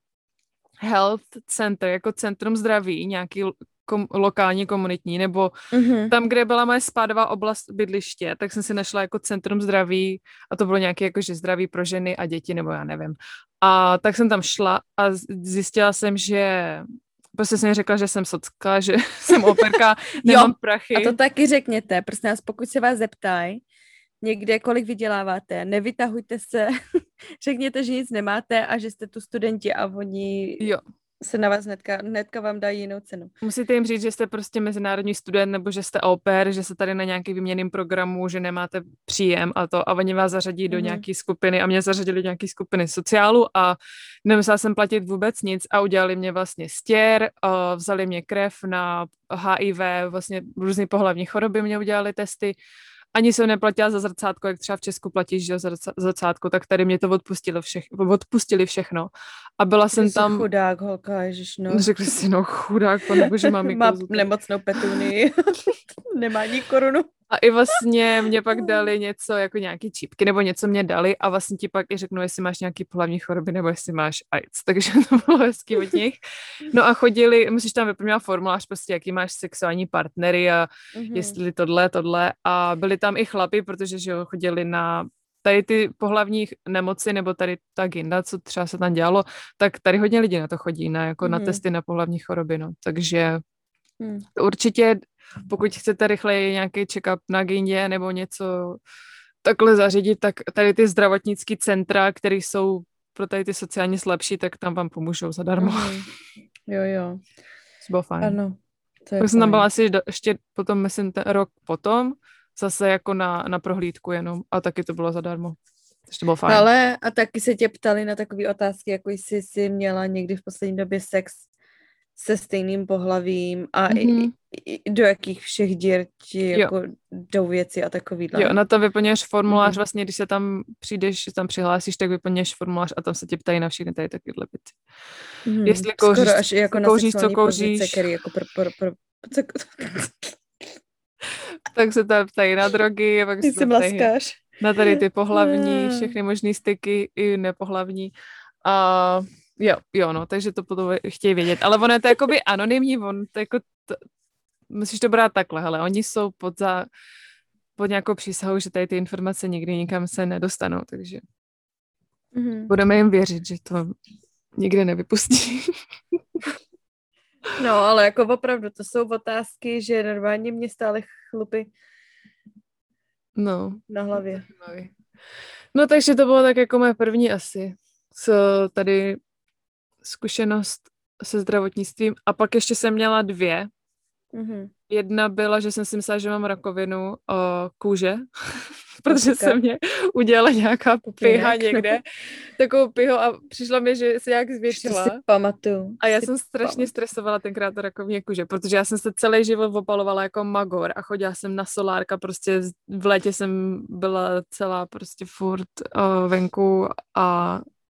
health center, jako centrum zdraví, nějaký kom- lokální, komunitní, nebo Mhm. tam, kde byla moje spádová oblast bydliště, tak jsem si našla jako centrum zdraví a to bylo nějaké jakože zdraví pro ženy a děti, nebo já nevím. A tak jsem tam šla a z- zjistila jsem, že prostě jsem jí řekla, že jsem socka, že jsem operka, nemám prachy. A to taky řekněte, prostě nás, pokud se vás zeptají, někde, kolik vyděláváte, nevytahujte se, řekněte, že nic nemáte a že jste tu studenti a oni Jo. se na vás hnedka, hnedka vám dají jinou cenu. Musíte jim říct, že jste prostě mezinárodní student nebo že jste au pair, že jste tady na nějaký výměnným programu, že nemáte příjem a to a oni vás zařadí do Mhm. nějaký skupiny a mě zařadili do nějaký skupiny sociálu a nemusela jsem platit vůbec nic a udělali mě vlastně stěr, uh, vzali mě krev na H I V, vlastně různé pohlavní choroby mě udělali testy. Ani jsem neplatila za zrcátko, jak třeba v Česku platíš že za zrca- zrcátko, tak tady mě to odpustilo všech, odpustili všechno. A byla jsem Ty jsi tam... chudák, holka, ježiš, no. Řekli si, no chudák, panebože, mám Má jako nemocnou petunii. Nemá ani korunu. A i vlastně mě pak dali něco, jako nějaký čípky, nebo něco mě dali a vlastně ti pak i řeknu, jestli máš nějaký pohlavní choroby, nebo jestli máš AIDS, takže to bylo hezký od nich. No a chodili, musíš tam vyplňovat formulář, prostě jaký máš sexuální partnery a Mhm. jestli tohle, tohle a byli tam i chlapi, protože že jo, chodili na tady ty pohlavní nemoci, nebo tady ta ginda, co třeba se tam dělalo, tak tady hodně lidí na to chodí, na, jako Mhm. na testy na pohlavní choroby, no, takže Hmm. určitě, pokud chcete rychleji nějaký check-up na gindě nebo něco takhle zařídit, tak tady ty zdravotnické centra, které jsou pro tady ty sociálně slabší, tak tam vám pomůžou zadarmo. Mhm. Jo, jo. To bylo fajn. Ano. To je Tak jsem tam fajn. byla asi do, ještě potom, myslím, ten rok potom, zase jako na, na prohlídku jenom a taky to bylo zadarmo. Takže to bylo fajn. Ale a taky se tě ptali na takové otázky, jako jestli jsi měla někdy v poslední době sex se stejným pohlavím a Mhm. i, i, do jakých všech dír ti Jo. jako jdou věci a takovýhle. Jo, na to vyplňuješ formulář, Mhm. vlastně, když se tam přijdeš, že tam přihlásíš, tak vyplňuješ formulář a tam se tě ptají na všechny tady takovéhle věci. Mhm. Jestli kouříš, Skoro až jako co na kouříš, co sexuální kouříš. pozice, který jako pro, pro, pro, co, Tak se tam ptají na drogy, pak ty se si tam ptají mlaskáš. na tady ty pohlavní, Mm. všechny možný styky i nepohlavní. A jo, jo, no, takže to potom chtějí vědět. Ale ono je to jakoby anonymní, on to jako, to, musíš to brát takhle, hele, oni jsou pod, za, pod nějakou přísahou, že tady ty informace nikdy nikam se nedostanou, takže Mhm. budeme jim věřit, že to nikde nevypustí. No, ale jako opravdu, to jsou otázky, že normálně mě stále chlupy No. na hlavě. No, takže to bylo tak jako moje první asi, co tady zkušenost se zdravotnictvím. A pak ještě jsem měla dvě. Mhm. Jedna byla, že jsem si myslela, že mám rakovinu uh, kůže, protože Popíka. se mě udělala nějaká Pupínek. piha někde. Takovou pihu a přišlo mi, že se nějak To zvětšila. si pamatuju. A já si jsem strašně pamatuju. stresovala tenkrát to rakovině kůže, protože já jsem se celý život opalovala jako magor a chodila jsem na solárka, prostě v létě jsem byla celá prostě furt uh, venku a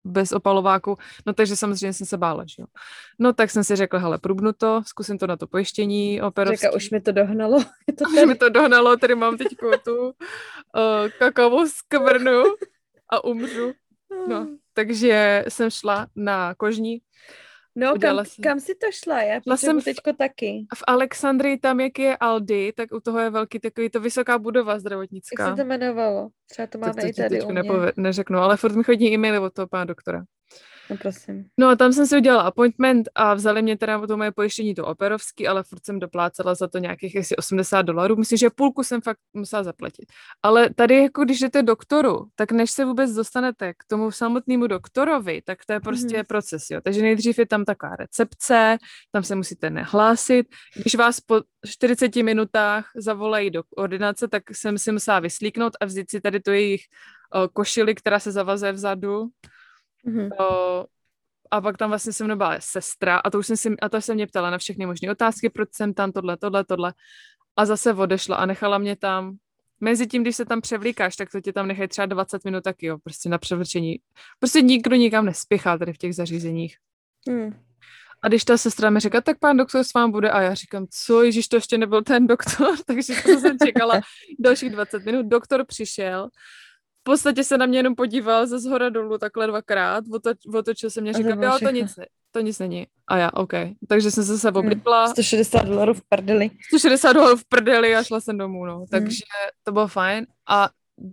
bez opalováku, no takže samozřejmě jsem se bála, že jo. No tak jsem si řekla, hele, průbnu to, zkusím to na to pojištění operovský. Říká, už mi to dohnalo. Je to už mi to dohnalo, tady mám teď tu uh, kakaovou skvrnu a umřu. No, takže jsem šla na kožní. No, kam, jsem... kam jsi to šla? Já šla jsem teďko taky. V Alexandrii, tam, jak je Aldi, tak u toho je velký takový to vysoká budova zdravotnická. Jak se to jmenovalo? Třeba to máme tak to i tady u mě. Nepove- neřeknu, ale furt mi chodí e-maily od toho pana doktora. No prosím. No a tam jsem si udělala appointment a vzali mě teda to moje pojištění to operovský, ale furt jsem doplácela za to nějakých asi osmdesát dolarů. Myslím, že půlku jsem fakt musela zaplatit. Ale tady jako když jdete doktoru, tak než se vůbec dostanete k tomu samotnému doktorovi, tak to je prostě mm-hmm. proces, jo. Takže nejdřív je tam taková recepce, tam se musíte nehlásit. Když vás po čtyřiceti minutách zavolají do ordinace, tak jsem si musela vyslíknout a vzít si tady tu jejich o, košili, která se zavazuje vzadu. Mm-hmm. O, a pak tam vlastně se mnou byla sestra a to už jsem si, a to jsem mě ptala na všechny možné otázky, proč jsem tam tohle, tohle, tohle a zase odešla a nechala mě tam. Mezi tím, když se tam převlíkáš, tak to tě tam nechají třeba dvacet minut taky, jo, prostě na převlečení. Prostě nikdo nikam nespěchá tady v těch zařízeních. Hmm. A když ta sestra mi říká, tak pán doktor s vámi bude a já říkám, co, ježiš, to ještě nebyl ten doktor, takže to jsem čekala dalších dvacet minut. Doktor přišel, v podstatě se na mě jenom podíval ze zhora dolů takhle dvakrát, otoč, otočil se mě, říkal, jo, to nic, ne, to nic není. A já, OK. Takže jsem se zase oblíkla. sto šedesát dolarů v prdeli. sto šedesát dolarů v prdeli a šla jsem domů, no. Takže mm. to bylo fajn. A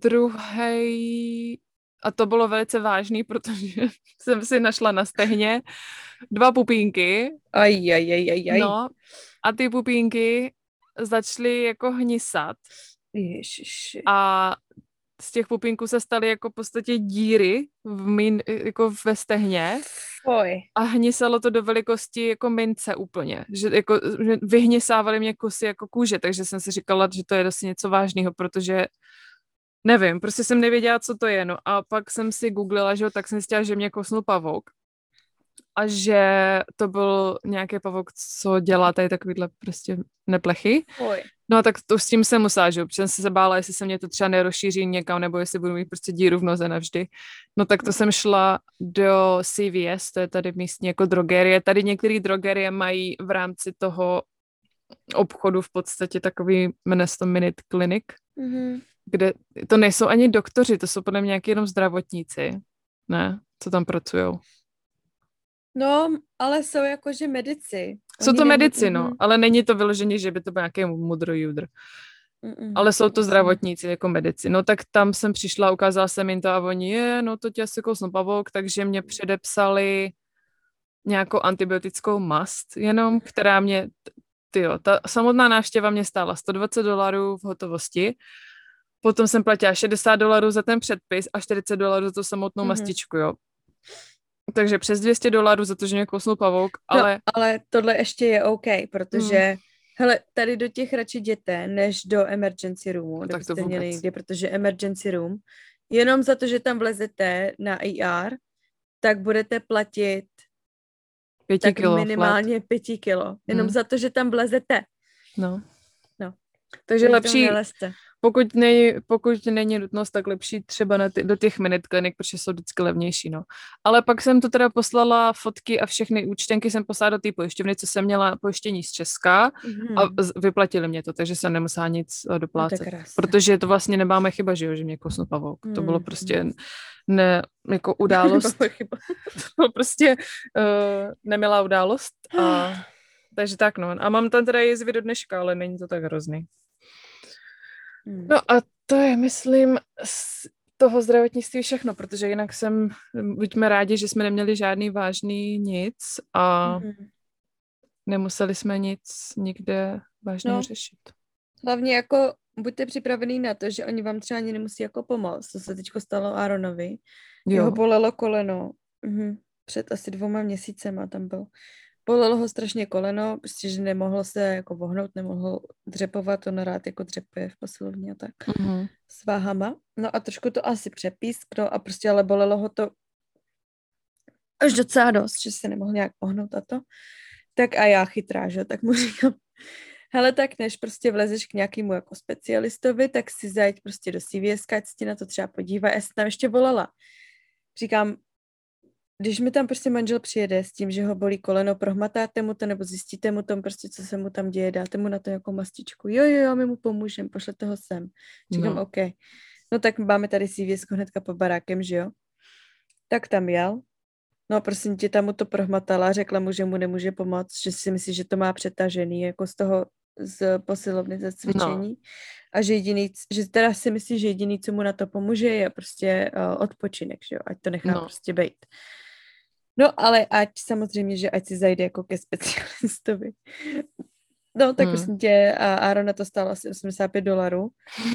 druhý, a to bylo velice vážný, protože jsem si našla na stehně dva pupínky. Aj, aj, aj, aj, aj. No, a ty pupínky začaly jako hnisat. Ježiši. A z těch pupínků se staly jako v podstatě díry v min, jako ve stehně. Oj. A hnisalo to do velikosti jako mince úplně. Že, jako, že vyhnisávaly mě kusy jako kůže, takže jsem si říkala, že to je dosti něco vážného, protože nevím, prostě jsem nevěděla, co to je. No a pak jsem si googlila, že jo, tak jsem zjistila, že mě kousnul pavouk. A že to byl nějaký pavouk, co dělá tady takovýhle prostě neplechy. Oj. No a tak to s tím jsem musela, že jo, protože jsem se bála, jestli se mě to třeba nerozšíří někam, nebo jestli budu mít prostě díru v noze navždy. No tak to jsem šla do C V S, to je tady místní jako drogerie. Tady některé drogerie mají v rámci toho obchodu v podstatě takový, jmenuje se to Minute Clinic, mm-hmm. kde to nejsou ani doktoři, to jsou podle mě nějaký jenom zdravotníci, ne, co tam pracujou. No, ale jsou jakože medici. Jsou to medici, no, ale není to vyloženě, že by to byl nějaký mudrojudr. Ale jsou to zdravotníci jako medici. No tak tam jsem přišla, ukázala jsem jim to a oni, je, no to tě asi kousnul pavouk, takže mě předepsali nějakou antibiotickou mast jenom, která mě, tyjo, ta samotná návštěva mě stála sto dvacet dolarů v hotovosti, potom jsem platila šedesát dolarů za ten předpis a čtyřicet dolarů za tu samotnou mm-hmm. mastičku, jo. Takže přes dvě stě dolarů za to, že mě kousnul pavouk, ale... No, ale tohle ještě je OK, protože hmm. hele, tady do těch radši jděte, než do emergency roomu, no, kdybyste měli někde, protože emergency room, jenom za to, že tam vlezete na E R, tak budete platit pěti tak kilo minimálně flat. pěti kilo, jenom hmm. za to, že tam vlezete. No. No. Takže lepší... Pokud není, pokud není nutnost, tak lepší třeba na ty, do těch minute klinik, protože jsou vždycky levnější, no. Ale pak jsem to teda poslala fotky a všechny účtenky jsem poslala do té pojišťovny, co jsem měla pojištění z Česka mm. a vyplatili mě to, takže jsem nemusela nic doplácet. No, protože to vlastně nemáme chyba, že jo, že mě kousnul pavouk. Mm. To bylo prostě ne, jako událost. To bylo prostě uh, nemilá událost. A, takže tak, no. A mám tam teda jizvy do dneška, ale není to tak hrozný. No a to je, myslím, z toho zdravotnictví všechno, protože jinak jsem, buďme rádi, že jsme neměli žádný vážný nic a mm-hmm. nemuseli jsme nic nikde vážného no, řešit. Hlavně jako buďte připravený na to, že oni vám třeba ani nemusí jako pomoct, co se teďko stalo Aaronovi. Jo. Jeho bolelo koleno. Mhm. Před asi dvouma měsícema tam byl. Bolelo ho strašně koleno, prostě, že nemohl se jako vohnout, nemohl dřepovat, on rád jako dřepuje v posilovně a tak mm-hmm. s váhama. No a trošku to asi přepísklo a prostě ale bolelo ho to až docela dost, že se nemohl nějak pohnout a to. Tak a já chytrá, že? Tak mu říkám, hele, tak než prostě vlezeš k nějakému jako specialistovi, tak si zajď prostě do C V S, ať si na to třeba podívá, já jsem tam ještě volala. Říkám, když mi tam prostě manžel přijede s tím, že ho bolí koleno, prohmatáte mu to nebo zjistíte mu tam prostě, co se mu tam děje, dáte mu na to jako mastičku. Jo, jo, jo, my mu pomůžeme, pošlete ho sem. Říkám, No. OK. No tak máme tady C V S hnedka pod barákem, že jo? Tak tam jel. No prosím tě, tam mu to prohmatala, řekla mu, že mu nemůže pomoct, že si myslí, že to má přetažený, jako z toho z posilovny ze cvičení. No. A že jediný, že teda si myslí, že jediný, co mu na to pomůže, je prostě uh, odpočinek, že jo? Ať to nechá no. prostě bejt. No ale ať samozřejmě, že ať si zajde jako ke specialistovi. No tak hmm. prostě tě, a Aaron na to stálo asi osmdesát pět dolarů.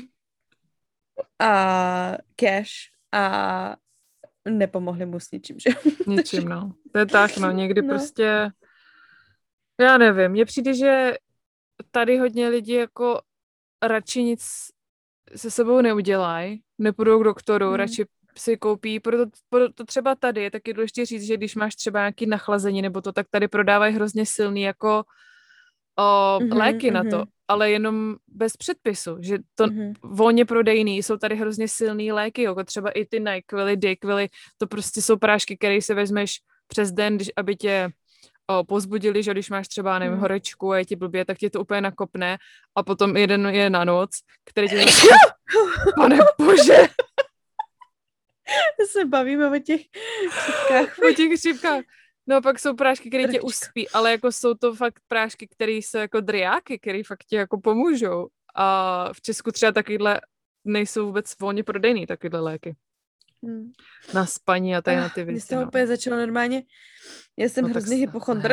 A cash a nepomohli mu s ničím, že? Ničím, no. To je tak, no. Někdy no. prostě, já nevím, mně přijde, že tady hodně lidí jako radši nic se sebou neudělají, nepůjdou k doktoru, hmm. radši si koupí, proto, proto třeba tady je taky důležité říct, že když máš třeba nějaký nachlazení nebo to, tak tady prodávají hrozně silný jako o, mm-hmm, léky mm-hmm. na to, ale jenom bez předpisu, že to mm-hmm. volně prodejný, jsou tady hrozně silný léky, jako třeba i ty Nyquily, Dayquily, to prostě jsou prášky, které si vezmeš přes den, když, aby tě o, pozbudili, že když máš třeba, nevím, mm. horečku a je ti blbě, tak tě to úplně nakopne a potom jeden je na noc, který tě pane bože! Se bavíme o těch chřipkách. O těch chřipkách. No pak jsou prášky, které tě uspí, ale jako jsou to fakt prášky, které jsou jako driáky, které fakt tě jako pomůžou. A v Česku třeba takovýhle nejsou vůbec volně prodejný, takovýhle léky. Hmm. Na spaní a tady na ty věci. Mně z toho úplně začalo normálně. Já jsem no, hrozný hypochondr.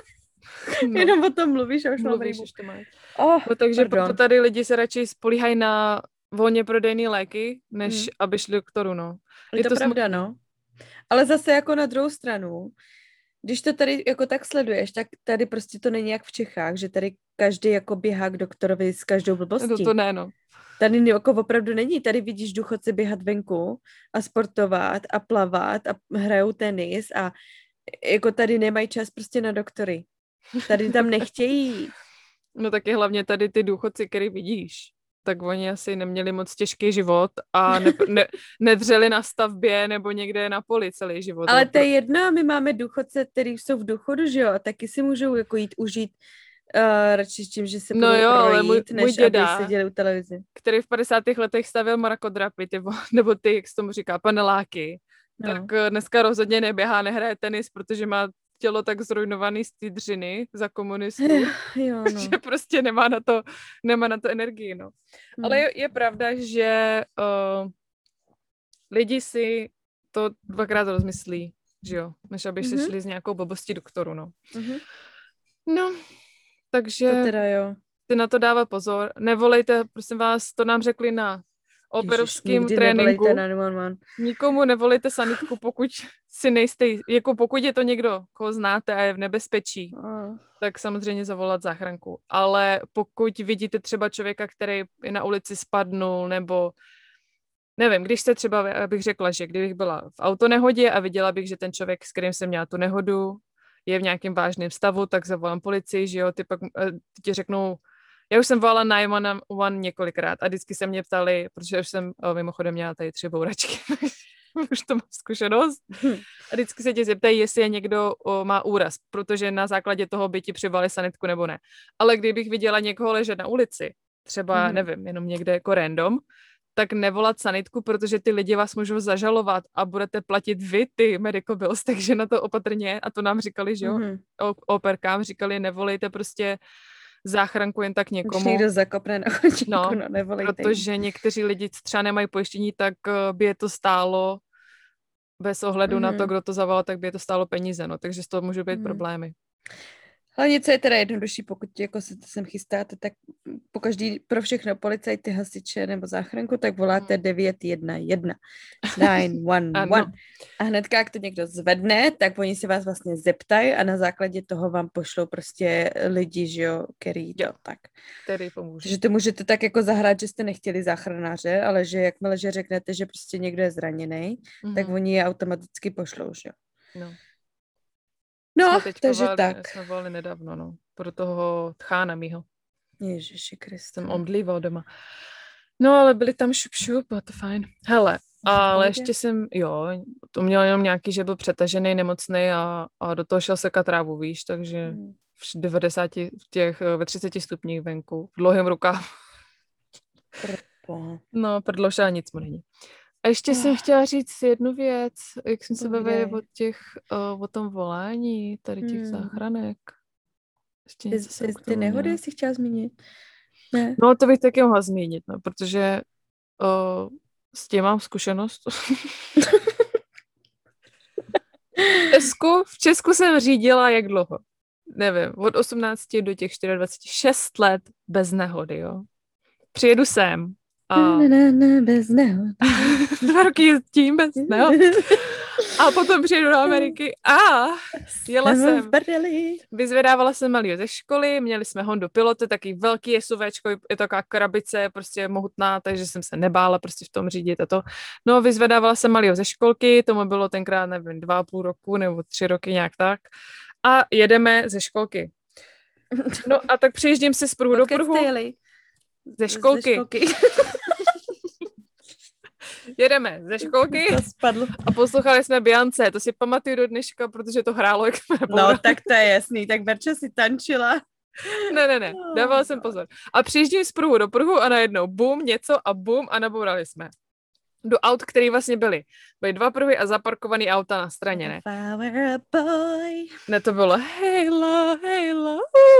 No. Jenom o tom mluvíš a už mám rýmu. Oh, no, takže pardon. Proto tady lidi se radši spolíhají na volně prodejný léky, než hmm. aby šli k doktoru, no. Je, je to, to pravda, sm... no. Ale zase jako na druhou stranu, když to tady jako tak sleduješ, tak tady prostě to není jak v Čechách, že tady každý jako běhá k doktorovi s každou blbostí. No to ne, no. Tady jako opravdu není. Tady vidíš důchodce běhat venku a sportovat a plavat a hrajou tenis a jako tady nemají čas prostě na doktory. Tady tam nechtějí. No taky hlavně tady ty důchodci, který vidíš, tak oni asi neměli moc těžký život a ne, ne, nedřeli na stavbě nebo někde na poli celý život. Ale to je jedno, my máme důchodce, který jsou v důchodu, že jo, a taky si můžou jako jít užít uh, radši s tím, že se budou no jo, projít, můj, než můj děda, aby seděli u televizi. Který v padesátých letech stavěl mrakodrapy, ty, nebo ty, jak se tomu říká, paneláky, no. Tak dneska rozhodně neběhá, nehraje tenis, protože má tělo tak zrujnovaný z té dřiny za komunistů, jo, no. že prostě nemá na to, nemá na to energii, no. Hmm. Ale je, je pravda, že uh, lidi si to dvakrát rozmyslí, že jo, než aby mm-hmm. se šli s nějakou blbostí doktoru, no. Mm-hmm. No, takže to teda jo. ty na to dává pozor. Nevolejte, prosím vás, to nám řekli na operovském tréninku. Nikomu nevolejte sanitku, pokud si nejste, jako pokud je to někdo, koho znáte a je v nebezpečí, uh. tak samozřejmě zavolat záchranku. Ale pokud vidíte třeba člověka, který je na ulici spadnul, nebo nevím, když jste třeba, abych řekla, že kdybych byla v autonehodě a viděla bych, že ten člověk, s kterým jsem měla tu nehodu, je v nějakém vážném stavu, tak zavolám policii, že jo, ty pak ty ti řeknou. Já už jsem volala nine one one několikrát a vždycky se mě ptali, protože už jsem o, mimochodem měla tady tři bouračky, už to mám zkušenost. A vždycky se tě zeptají, jestli je někdo o, má úraz, protože na základě toho by ti přivali sanitku nebo ne. Ale kdybych viděla někoho ležet na ulici, třeba, mm. nevím, jenom někde jako random, tak nevolat sanitku, protože ty lidi vás můžou zažalovat a budete platit vy ty medical bills, takže na to opatrně, a to nám říkali, že jo, mm. o, operkám říkali, nevolejte prostě záchranku jen tak někomu. Když někdo zakopne na chodníku, no, no nevolejte. Protože někteří lidi třeba nemají pojištění, tak by je to stálo, bez ohledu mm-hmm. na to, kdo to zavolal, tak by je to stálo peníze, no, takže z toho můžou být mm. problémy. Hlavně, co je teda jednodušší, pokud jako se to sem chystáte, tak po každý, pro všechno policajty, hasiče nebo záchranku, tak voláte hmm. devět jedna jedna, nine one one. A hnedka, jak to někdo zvedne, tak oni se vás vlastně zeptají a na základě toho vám pošlou prostě lidi, že jo, který to jo, tak. Který pomůže. Takže to můžete tak jako zahrát, že jste nechtěli záchranáře, ale že jakmile, že řeknete, že prostě někdo je zraněný, mm-hmm. tak oni je automaticky pošlou, že jo. No. No, takže volali, tak. Jsme volili nedávno, no. Pro toho tchána mýho. Ježiši Kriste. Jsem omdlíval doma. No, ale byli tam šup šup, bylo to fajn. Hele, Ale ještě jsem, jo, to měl jenom nějaký, že byl přetažený, nemocný a, a do toho šel sekat trávu, víš, takže Hmm. v devadesáti, v těch, ve třiceti stupních venku, v dlouhém rukávu. No, prdloša, nic mu není. A ještě jsem chtěla říct jednu věc, jak jsme se bavili o těch, o, o tom volání, tady těch hmm. záchranek. Ještě něco ty, jsem ty, k tomu ty nehody měla. jsi chtěla zmínit? Ne. No, to bych taky mohla zmínit, no, protože o, s tím mám zkušenost. v, Česku, v Česku jsem řídila jak dlouho? Nevím, od osmnácti do těch dvaceti čtyř, šest let bez nehody, jo. Přijedu sem a... Ne, ne, ne, bez nehody. Dva roky tím bez nehody. A potom přijedu do Ameriky a jela jsem, vyzvedávala jsem malýho ze školy, měli jsme Hondu Piloty, taky velký SUVčko, je to taková krabice, prostě mohutná, takže jsem se nebála prostě v tom řídit a to. No, vyzvedávala jsem malýho ze školky, tomu bylo tenkrát, nevím, dva a půl roku nebo tři roky nějak tak. A jedeme ze školky. No a tak přijíždím si z pruhu do pruhu. Ze školky. Ze školky. Jedeme ze školky a poslouchali jsme Beyoncé. To si pamatuju do dneška, protože to hrálo, jak jsme No, tak to je jasný. Tak Berča si tančila. Ne, ne, ne. Dávala oh, jsem pozor. A přijíždím z pruhu do pruhu a najednou bum, něco a bum a nabourali jsme. Do aut, které vlastně byly. Byly dva pruhy a zaparkovaný auta na straně, ne? Ne, to bylo hejla, hejla.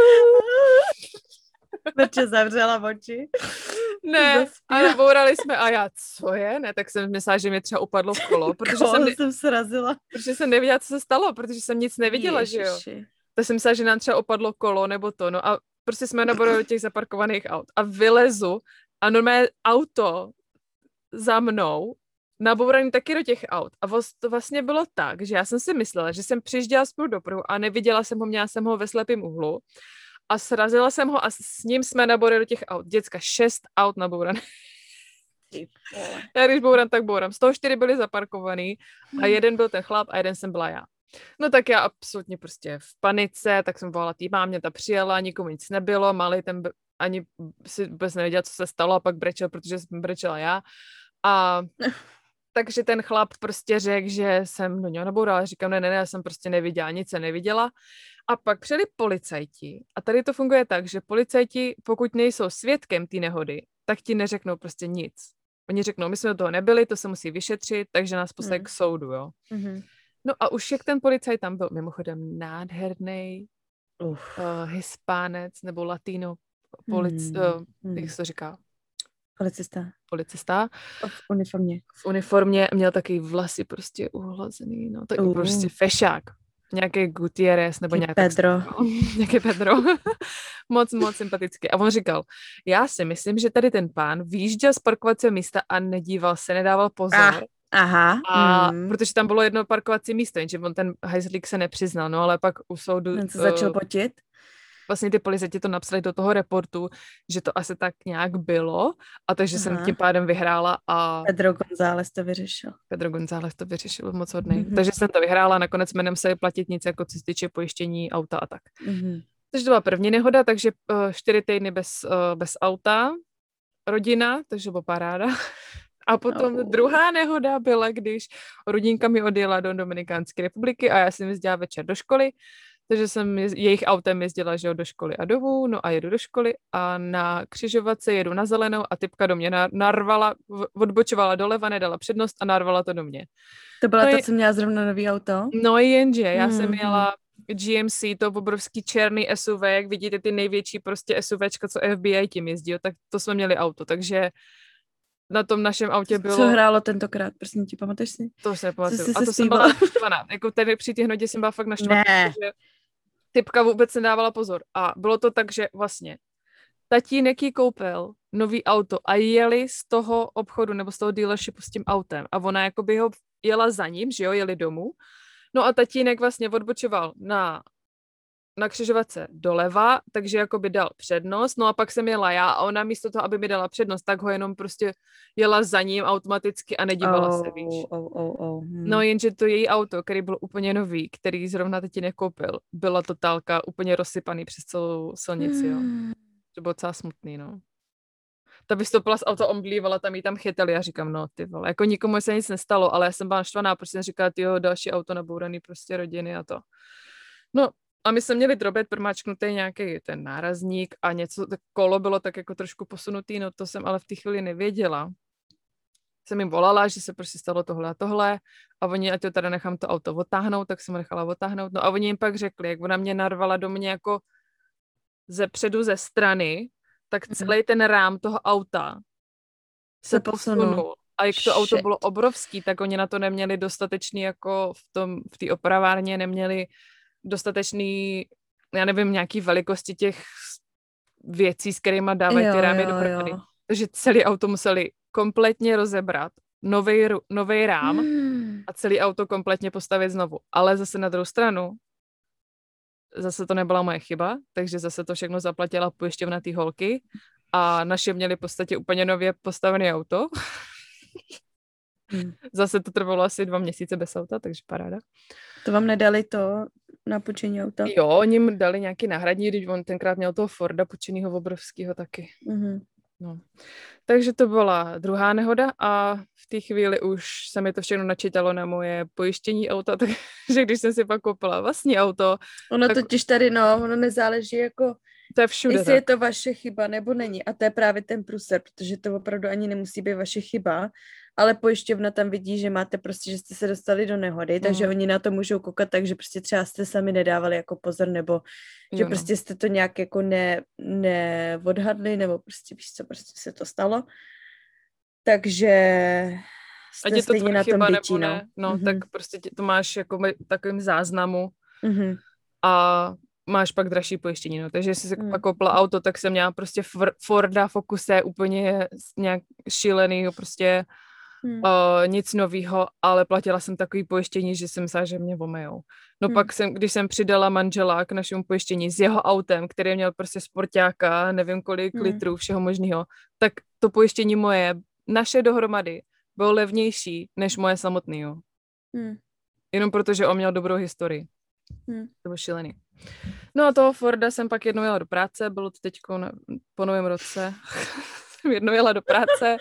Berča zavřela oči. Ne, a nabourali jsme a já, co je? Ne, tak jsem myslela, že mě třeba upadlo v kolo, protože kolo jsem, ne... jsem srazila. Protože jsem nevěděla, co se stalo, protože jsem nic neviděla, Ježiši. Že jo? Tak jsem myslela, že nám třeba upadlo kolo nebo to, no a prostě jsme nabourali těch zaparkovaných aut a vylezu a normálně auto za mnou nabouraný taky do těch aut. A to vlastně bylo tak, že já jsem si myslela, že jsem přijížděla spolu do pruhu a neviděla jsem ho, měla jsem ho ve slepém úhlu a srazila jsem ho a s ním jsme nabourali do těch aut. Děcka, šest aut nabourané. Já když bouram, tak bouram. Z toho čtyři byly zaparkovaný a jeden byl ten chlap a jeden jsem byla já. No tak já absolutně prostě v panice, tak jsem volala tý mámě, ta přijela, nikomu nic nebylo, malý ten ani si vůbec nevěděl, co se stalo a pak brečel, protože jsem brečela já. A takže ten chlap prostě řekl, že jsem do něho nabourala. Říkám, ne, ne, ne, já jsem prostě neviděla, nic se neviděla. A pak přijeli policajti. A tady to funguje tak, že policajti, pokud nejsou svědkem té nehody, tak ti neřeknou prostě nic. Oni řeknou, my jsme do toho nebyli, to se musí vyšetřit, takže nás poslali mm. k soudu, jo. Mm-hmm. No a už jak ten policajt tam byl, mimochodem nádherný uh, hispánec nebo latino, polic, mm. uh, jak se to říká? Policista. Policista. V uniformě. V uniformě měl taky vlasy prostě uhlazený, no, tak uh. prostě fešák. Nějaký Gutierrez nebo nějaký Pedro. Nějaký Pedro. moc, moc sympatický. A on říkal, já si myslím, že tady ten pán vyjížděl z parkovacího místa a nedíval se, nedával pozor. Ah, aha. A mm. protože tam bylo jedno parkovací místo, jenže on ten hajzlík se nepřiznal, no ale pak u soudu... On se začal uh, potit? Vlastně ty policajti to napsali do toho reportu, že to asi tak nějak bylo a takže Aha. jsem tím pádem vyhrála a... Pedro González to vyřešil. Pedro González to vyřešil, moc hodnej. Mm-hmm. Takže jsem to vyhrála a nakonec jsme nemuseli platit nic, jako co se týče pojištění auta a tak. Mm-hmm. Takže to byla první nehoda, takže uh, čtyři týdny bez, uh, bez auta, rodina, takže byla paráda. A potom oh. druhá nehoda byla, když rodinka mi odjela do Dominikánské republiky a já jsem jezdila večer do školy, takže jsem jejich autem jezdila, že jo, do školy a domů, no a jedu do školy a na křižovatce jedu na zelenou a typka do mě narvala, odbočovala doleva, nedala přednost a narvala to do mě. To byla no to, je... co měla zrovna nový auto? No jenže, já mm-hmm. jsem jela G M C, to obrovský černý S U V, jak vidíte ty největší prostě SUVčka, co F B I tím jezdí, jo, tak to jsme měli auto, takže na tom našem autě bylo... Co hrálo tentokrát, prosím ti, pamatuješ si? To se nepamatuju. A to jsem byla naštvaná. Jako tady při té hnodě jsem byla fakt naštvaná, že typka vůbec nedávala pozor. A bylo to tak, že vlastně tatínek jí koupil nový auto a jeli z toho obchodu nebo z toho dealershipu s tím autem. A ona jakoby ho jela za ním, že jo, jeli domů. No a tatínek vlastně odbočoval na na křižovatce doleva, takže jako by dal přednost, no a pak jsem jela já a ona místo toho, aby mi dala přednost, tak ho jenom prostě jela za ním automaticky a nedívala oh, se, víš. Oh, oh, oh, hmm. No jenže to její auto, který byl úplně nový, který zrovna teď nekoupil, byla totálka úplně rozsypaný přes celou silnici, jo. To bylo docela smutný, no. ta vystoupila z auta, omdlívala, tam jí tam chytali a říkám, no ty vole, jako nikomu se nic nestalo, ale já jsem byla naštvaná, protože jsem říkala, tyjo, další auto nabouraný prostě rodiny a to. No a my jsme měli drobet promáčknutý nějaký ten nárazník a něco, tak kolo bylo tak jako trošku posunutý, no to jsem ale v té chvíli nevěděla. Jsem jim volala, že se prostě stalo tohle a tohle a oni, ať to teda nechám to auto otáhnout, tak jsem ho nechala otáhnout. No a oni jim pak řekli, jak ona mě narvala do mě jako ze předu, ze strany, tak celý ten rám toho auta se, se posunul. posunul. A jak to Shit. auto bylo obrovský, tak oni na to neměli dostatečný, jako v tom, v té opravárně neměli dostatečný, já nevím, nějaký velikosti těch věcí, s kterýma dávají ty rámy dohromady. Takže celé auto museli kompletně rozebrat, novej, novej rám hmm. a celý auto kompletně postavit znovu. Ale zase na druhou stranu, zase to nebyla moje chyba, takže zase to všechno zaplatila pojišťovna té holky a naše měli v podstatě úplně nově postavené auto. hmm. Zase to trvalo asi dva měsíce bez auta, takže paráda. To vám nedali to na půjčení auta? Jo, oni mu dali nějaký náhradní, když on tenkrát měl toho Forda půjčenýho obrovského taky. Mm-hmm. No. Takže to byla druhá nehoda a v té chvíli už se mi to všechno načítalo na moje pojištění auta, takže když jsem si pak koupila vlastní auto... Ono tak... totiž tady, no, ono nezáleží jako... To je všude, jestli tak. je to vaše chyba nebo není. A to je právě ten průser, protože to opravdu ani nemusí být vaše chyba, ale pojišťovna tam vidí, že máte prostě, že jste se dostali do nehody, mm. takže oni na to můžou koukat tak, že prostě třeba jste sami nedávali jako pozor, nebo že jo, no. prostě jste to nějak jako ne, neodhadli, nebo prostě víš co, prostě se to stalo. Takže jste to stejně na tom chyba, bytí, nebo no. ne, no, mm-hmm. tak prostě to máš jako takovým záznamu mm-hmm. a máš pak dražší pojištění, no. Takže jestli si mm. pak koupila auto, tak jsem měla prostě Forda Focuse, úplně nějak šílený, prostě mm. uh, nic novýho, ale platila jsem takový pojištění, že jsem myslela, že mě omejou. No mm. pak jsem, když jsem přidala manžela k našemu pojištění s jeho autem, který měl prostě sportáka, nevím kolik mm. litrů, všeho možného, tak to pojištění moje, naše dohromady, bylo levnější než moje samotného. Mm. Jenom protože on měl dobrou historii. Mm. To bylo šílený. No a toho Forda jsem pak jednou jela do práce, bylo to teďko na, po novém roce, jsem jednou jela do práce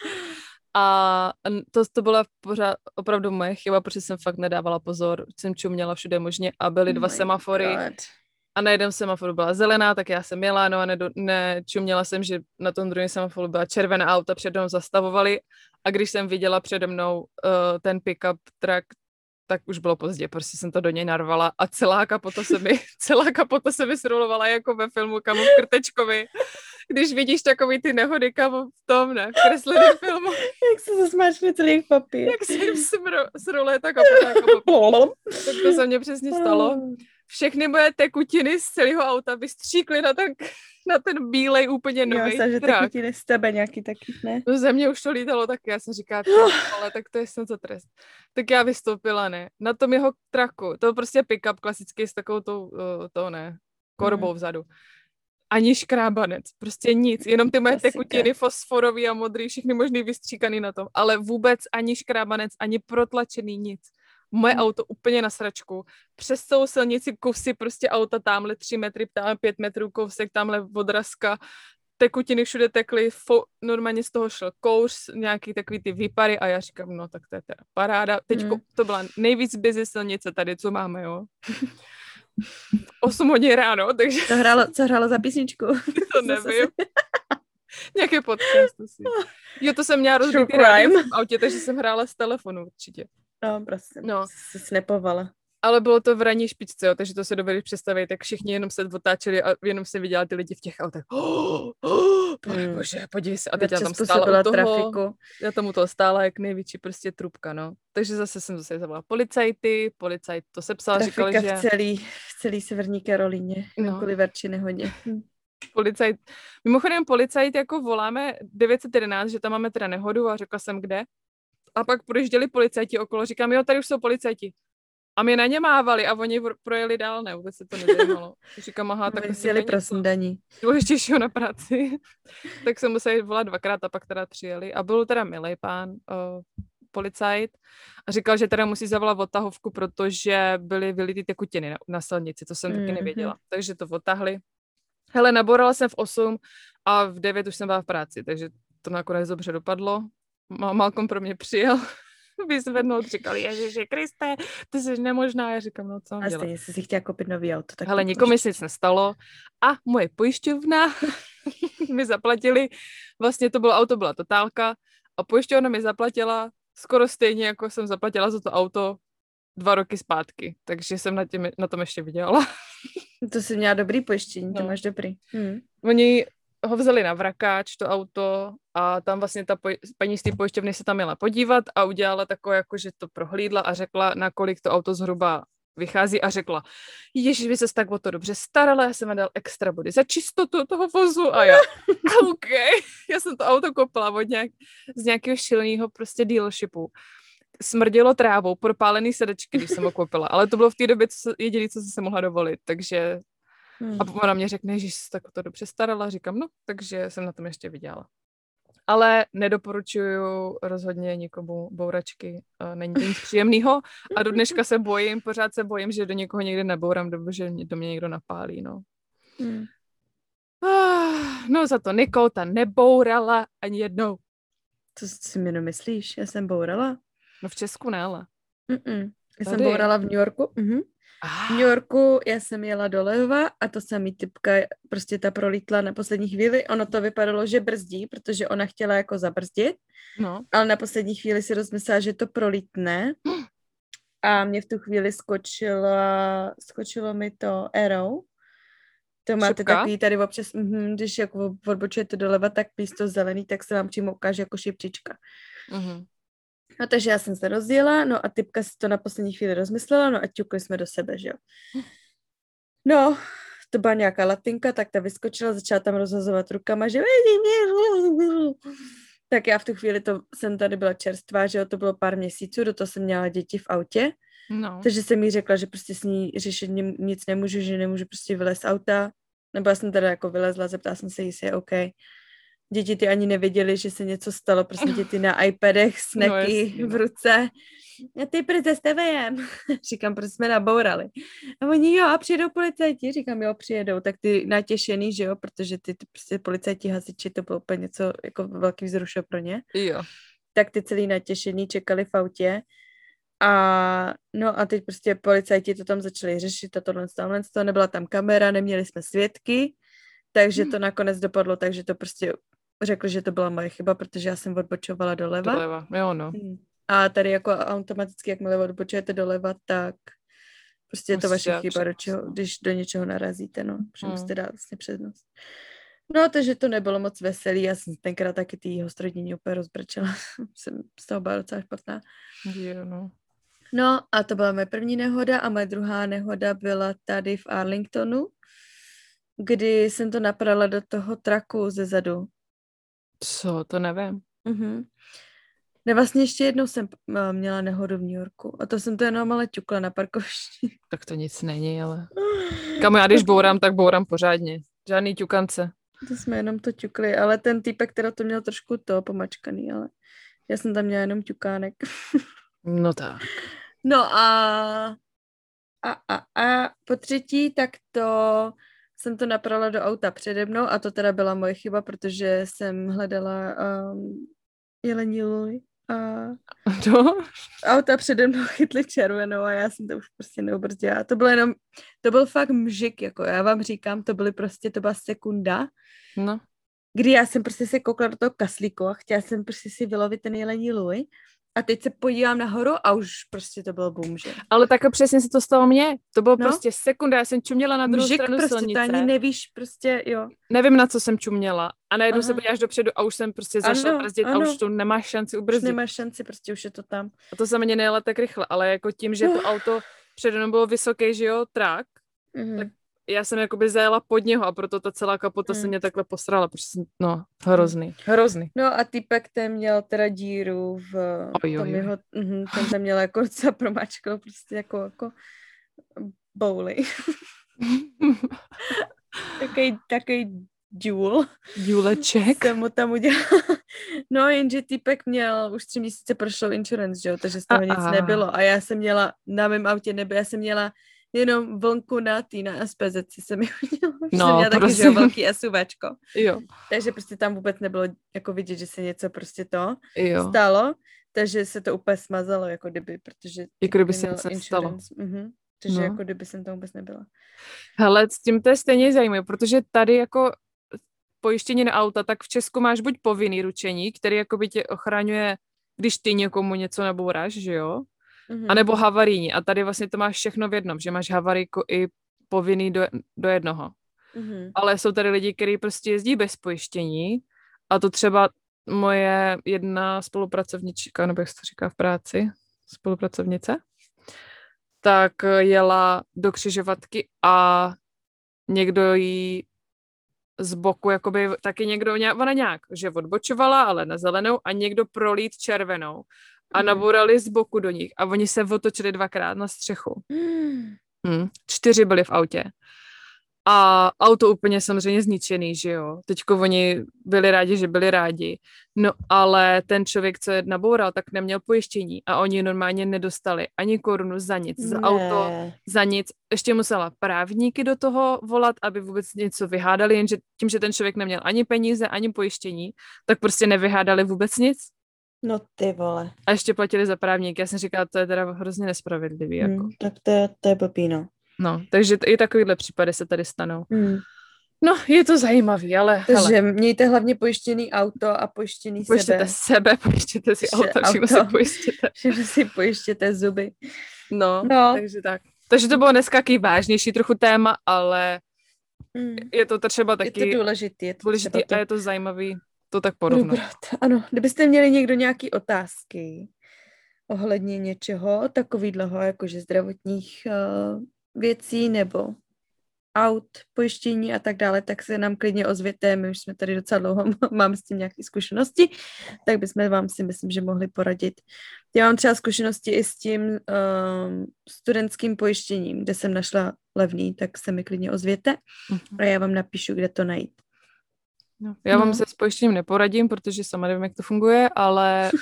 a to, to byla pořád opravdu moje chyba, protože jsem fakt nedávala pozor, jsem čuměla všude možně a byly dva oh semafory God. A na jednom semaforu byla zelená, tak já jsem jela, no a nedo, nečuměla jsem, že na tom druhém semaforu byla červená auta, přede mnou zastavovali a když jsem viděla přede mnou uh, ten pick-up truck, tak už bylo pozdě, prostě jsem to do něj narvala a celá kapota se mi, celá kapota se mi srolovala jako ve filmu Kamo v Krtečkovi. Když vidíš takový ty nehody, Kamo v tom, ne, v kresleném filmu. Jak se zasmáčne celý papír. Jak se jim sroluje ta kapota jako papír. Tak to se mně přesně stalo. Všechny moje tekutiny z celého auta vystříkly na ten, na ten bílej úplně nový trak. Jo, že tekutiny z tebe nějaký taky, ne? No ze mě už to lítalo taky, já jsem říkala, ale tak to je snad za trest. Tak já vystoupila, ne, na tom jeho traku, to prostě pick-up klasický s takovou tou, to ne, korbou mm. vzadu. Ani škrábanec, prostě nic, jenom ty moje Klasika. tekutiny fosforový a modrý, všechny možný vystříkaný na tom, ale vůbec ani škrábanec, ani protlačený nic. Moje hmm. auto úplně na sračku. Přes celou silnici kusy prostě auta, tamhle tři metry, tamhle pět metrů kousek, tamhle odrazka. Tekutiny všude tekly, fo- normálně z toho šel kouř, nějaký takový ty výpary a já říkám, no tak to je teda paráda. Teďko hmm. to byla nejvíc busy silnice tady, co máme, jo. osm hodin ráno, takže... Co hrálo, co hrálo za písničku? To nevím. Nějaký podcast asi. Jo, to jsem měla rozbitý rádio v autě, takže jsem hrála z telefonu určitě. No, prostě, no. se snapovala. Ale bylo to v ranní špičce, jo, takže to se dovedli představit, jak všichni jenom se otáčeli a jenom se viděla ty lidi v těch autech. Oh, oh, mm. bože, podívej se. A teď já tam stála u toho, trafiku. Já tam u toho stála jak největší prostě trubka, no. Takže zase jsem zase zavolala policajty, policajt to sepsal, Trafika říkali, že... v celý, v celý severní Karolíně, no. Kvůli Verči nehodě. Policajt, mimochodem policajt jako voláme devět set jedenáct, že tam máme teda nehodu a řekla jsem kde. A pak projížděli policajti okolo, říkám, jo, tady už jsou policajti. A mě na ně mávali a oni projeli dál, ne, vůbec se to nezajímalo. Říkám, aha, tak asi jeli pro snídaní. Důležitějšího na práci. Tak jsem musela volat dvakrát a pak teda přijeli. A byl teda milej pán, uh, policajt, a říkal, že teda musí zavolat odtahovku, protože byly vylitý tekutiny na, na silnici, to jsem mm-hmm. taky nevěděla. Takže to odtahli. Hele, naborala jsem v osm a v devět už jsem byla v práci, takže to nakonec dobře dopadlo. Malcolm pro mě přijel vyzvednout, říkal, Ježiši Kriste, ty jsi nemožná. Já říkám, no co mám A dělat. stejně jsi si chtěla koupit nový auto. Tak Hele, nikomu nic nestalo a moje pojišťovna mi zaplatili, vlastně to bylo auto, byla totálka a pojišťovna mi zaplatila skoro stejně, jako jsem zaplatila za to auto dva roky zpátky, takže jsem na, tím, na tom ještě vydělala. To jsi měla dobrý pojištění, no. To máš dobrý. Hmm. Oni ho vzali na vrakáč, to auto, a tam vlastně ta poj- paní z té pojišťovny se tam měla podívat a udělala takové, jako že to prohlídla a řekla, na kolik to auto zhruba vychází a řekla, ježiš, vy se tak o to dobře starala, já jsem vám dal extra body za čistotu toho vozu a já, OK, já jsem to auto koupila od nějak, z nějakého šilného prostě dealershipu. Smrdělo trávou, propálený sedačky, když jsem ho koupila, ale to bylo v té době co, jediné, co jsem se mohla dovolit, takže hmm. a ona mě řekne, že jsi tak to dobře starala, říkám, no, takže jsem na tom ještě vydělala. Ale nedoporučuju rozhodně nikomu bouračky, není to nic příjemného a do dneška se bojím, pořád se bojím, že do někoho někdy nebourám, nebo že do mě někdo napálí, no. Hmm. No za to Nicole ta nebourala ani jednou. Co si mi nemyslíš? Já jsem bourala. No v Česku ne, ale. Mm-mm. Já Tady. jsem bourala v New Yorku. Mhm. Ah. V New Yorku já jsem jela do leva a to samý typka, prostě ta prolítla na poslední chvíli. Ono to vypadalo, že brzdí, protože ona chtěla jako zabrzdit, no. Ale na poslední chvíli si rozmyslela, že to prolítne a mě v tu chvíli skočila, skočilo mi to arrow. To máte šipka? Takový tady občas, mm, když jako odbočujete doleva, tak místo zelený, tak se vám přímo ukáže jako šipčička. Mhm. No takže já jsem se rozjela, no a typka si to na poslední chvíli rozmyslela, no a ťukli jsme do sebe, že jo. No, to byla nějaká latinka, tak ta vyskočila, začala tam rozhazovat rukama, že tak já v tu chvíli to jsem tady byla čerstvá, že jo, to bylo pár měsíců, do toho jsem měla děti v autě, no. Takže jsem jí řekla, že prostě s ní řešit nic nemůžu, že nemůžu prostě vylézt z auta, nebo já jsem teda jako vylezla, zeptala jsem se, jestli je OK. Děti ty ani nevěděli, že se něco stalo, prostě děti na iPadech, snacky no, v ruce. A ty prce s tevejem. Říkám, proč jsme nabourali. A oni, jo, a přijedou policajti. Říkám, jo, přijedou. Tak ty natěšený, že jo, protože ty, ty prostě policajti, hasiči, to bylo úplně něco jako velký vzrušo pro ně. Jo. Tak ty celý natěšený čekali v autě. A no a teď prostě policajti to tam začali řešit a tohle, tohle, to nebyla tam kamera, neměli jsme svědky, takže to nakonec dopadlo, takže to prostě řekli, že to byla moje chyba, protože já jsem odbočovala doleva. Doleva, jo no. A tady jako automaticky, jakmile odbočujete doleva, tak prostě je to vaše chyba, do čeho, když do něčeho narazíte, no, protože hmm. musíte dát vlastně přednost. No, takže to nebylo moc veselý, já jsem tenkrát taky tý hostrodění úplně rozbrčela, jsem z toho byla docela špatná. Je, no. No a to byla moje první nehoda a moje druhá nehoda byla tady v Arlingtonu, kdy jsem to naprala do toho traku ze zadu. Co? To nevím. Mhm. Ne, vlastně ještě jednou jsem měla nehodu v New Yorku a to jsem to jenom ale ťukla na parkovišti. Tak to nic není, ale... Kam já když bourám, tak bourám pořádně. Žádný ťukance. To jsme jenom to ťukli, ale ten týpek, teda to měl trošku to pomačkaný, ale já jsem tam měla jenom ťukánek. No tak. No a, a, a, a po třetí, tak to jsem to naprala do auta přede mnou a to teda byla moje chyba, protože jsem hledala um, jelení luj a to? auta přede mnou chytly červenou a já jsem to už prostě neubrzdila. To bylo jenom, to byl fakt mžik, jako já vám říkám, to byly prostě, to byla sekunda, no. Kdy já jsem prostě se koukla do toho kaslíku a chtěla jsem prostě si vylovit ten jelení luj. A teď se podívám nahoru a už prostě to bylo boom, že? Ale tak přesně se to stalo mně. To bylo no? prostě sekunda, já jsem čuměla na druhou Mžik stranu prostě, silnice. Mžik prostě, ani nevíš prostě, jo. Nevím, na co jsem čuměla. A najednou Aha. se podíváš dopředu a už jsem prostě zašla brzdit a už tu nemáš šanci ubrzdit. Už nemáš šanci, prostě už je to tam. A to se mě nejela tak rychle, ale jako tím, že to auto přede mnou bylo vysoký, že jo, trak, mm. tak já jsem jakoby zajela pod něho a proto ta celá kapota mm. se mě takhle posrala, protože jsem, no, hrozný, hrozný. No a týpek ten měl teda díru v oj, tom oj, jeho, uh, ten tam měl jako docela promačkal, prostě jako, jako bowly. Takej, takej důl. Důleček. Jsem mu tam udělala. No, jenže týpek měl, už tři měsíce prošlo insurance, že jo, takže z toho a, nic a. nebylo. A já jsem měla, na mém autě nebylo, já jsem měla jenom vlnku na tý, na es pé zet jsem mi udělala. No, jsem měla taky, že jo, velký SUVčko. Jo. Takže prostě tam vůbec nebylo jako vidět, že se něco prostě to Jo. stalo, takže se to úplně smazalo, jako kdyby, protože jako kdyby se nic nestalo. Mhm. Takže No. jako kdyby jsem tam vůbec nebyla. Hele, s tím to je stejně zajímavé, protože tady jako pojištění na auta, tak v Česku máš buď povinný ručení, který jakoby tě ochraňuje, když ty někomu něco nabouráš, že jo? Mhm. A nebo havarijní. A tady vlastně to máš všechno v jednom, že máš havarijku i povinný do, do jednoho. Mhm. Ale jsou tady lidi, kteří prostě jezdí bez pojištění a to třeba moje jedna spolupracovnička, nebo jak se to říká v práci, spolupracovnice, tak jela do křižovatky a někdo jí z boku, jakoby taky někdo, ona nějak, že odbočovala, ale na zelenou a někdo prolít červenou a Mhm. nabourali z boku do nich a oni se otočili dvakrát na střechu. Mm. Hmm. Čtyři byli v autě. A auto úplně samozřejmě zničený, že jo. Teďko oni byli rádi, že byli rádi. No ale ten člověk, co je naboural, tak neměl pojištění a oni normálně nedostali ani korunu za nic, za Ne. auto, za nic. Ještě musela právníky do toho volat, aby vůbec něco vyhádali, jenže tím, že ten člověk neměl ani peníze, ani pojištění, tak prostě nevyhádali vůbec nic. No ty vole. A ještě platili za právníky. Já jsem říkala, to je teda hrozně nespravedlivý. Jako. Hmm, tak to je, to je blbý, no. No, takže t- i takovýhle případy se tady stanou. Hmm. No, je to zajímavý, ale Takže hele, mějte hlavně pojištěný auto a pojištěný pojištěte sebe. sebe, pojištěte si Že auto, všechno si auto. pojištěte. Že si pojištěte zuby. No, No. takže tak. Takže to bylo dneska takový vážnější trochu téma, ale Hmm. je to třeba Je taky to důležitý. Je to důležitý třeba to a je to zajímavý to tak porovnat. probrat. Ano, kdybyste měli někdo nějaký otázky ohledně něčeho takovýhleho, jakože zdravotních uh, věcí nebo aut, pojištění a tak dále, tak se nám klidně ozvěte, my už jsme tady docela dlouho, máme s tím nějaké zkušenosti, tak bychom vám si myslím, že mohli poradit. Já mám třeba zkušenosti i s tím um, studentským pojištěním, kde jsem našla levný, tak se mi klidně ozvěte a já vám napíšu, kde to najít. No, já vám No. se s pojištěním neporadím, protože sama nevím, jak to funguje, ale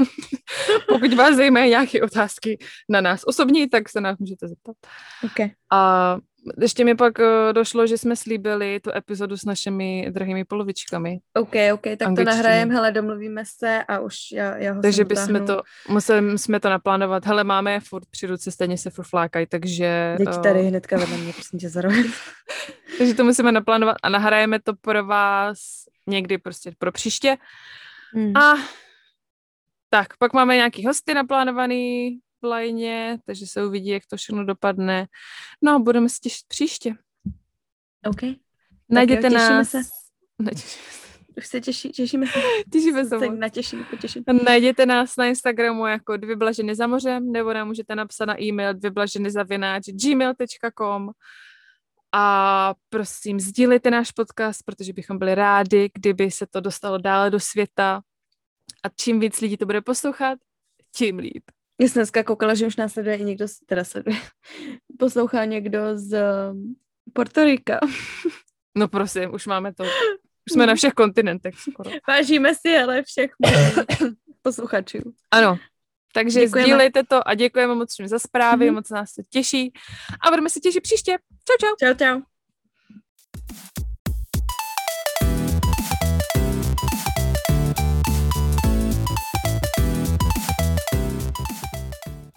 pokud vás zajímají nějaké otázky na nás osobní, tak se nás můžete zeptat. Okay. A ještě mi pak uh, došlo, že jsme slíbili tu epizodu s našimi drahými polovičkami. OK, OK, tak to Angličtině. nahrajeme, hele, domluvíme se a už já, já ho Takže sem bychom dotáhnu. to, museli jsme to naplánovat. Hele, máme je furt při ruce, stejně se furt flákají, takže... Děť uh, tady hnedka vedle mě, prosím tě, zároveň. takže to musíme naplánovat a nahrajeme to pro vás někdy prostě pro příště. Hmm. A tak, pak máme nějaký hosty naplánovaný v lajně, takže se uvidí, jak to všechno dopadne. No a budeme se těšit příště. OK. Najděte jo, těšíme nás... se. Netěšíme se. Už se těší, těšíme se. Těšíme se Se moc. natěším, potěším. Najděte nás na Instagramu jako dvě za mořem, nebo nám můžete napsat na e-mail dvě zavináč gmail tečka com a prosím, sdílejte náš podcast, protože bychom byli rádi, kdyby se to dostalo dále do světa a čím víc lidí to bude poslouchat, tím líp. Já jsem dneska koukala, že už následuje i někdo, teda sleduje, poslouchá někdo z um, Porto Rika. No prosím, už máme to. Už jsme na všech kontinentech skoro. Vážíme si, ale všech posluchačů. Ano, takže Děkujeme. sdílejte to a děkujeme moc všem za zprávy, Mhm. moc nás to těší a budeme se těšit příště. Čau, čau. Čau, čau.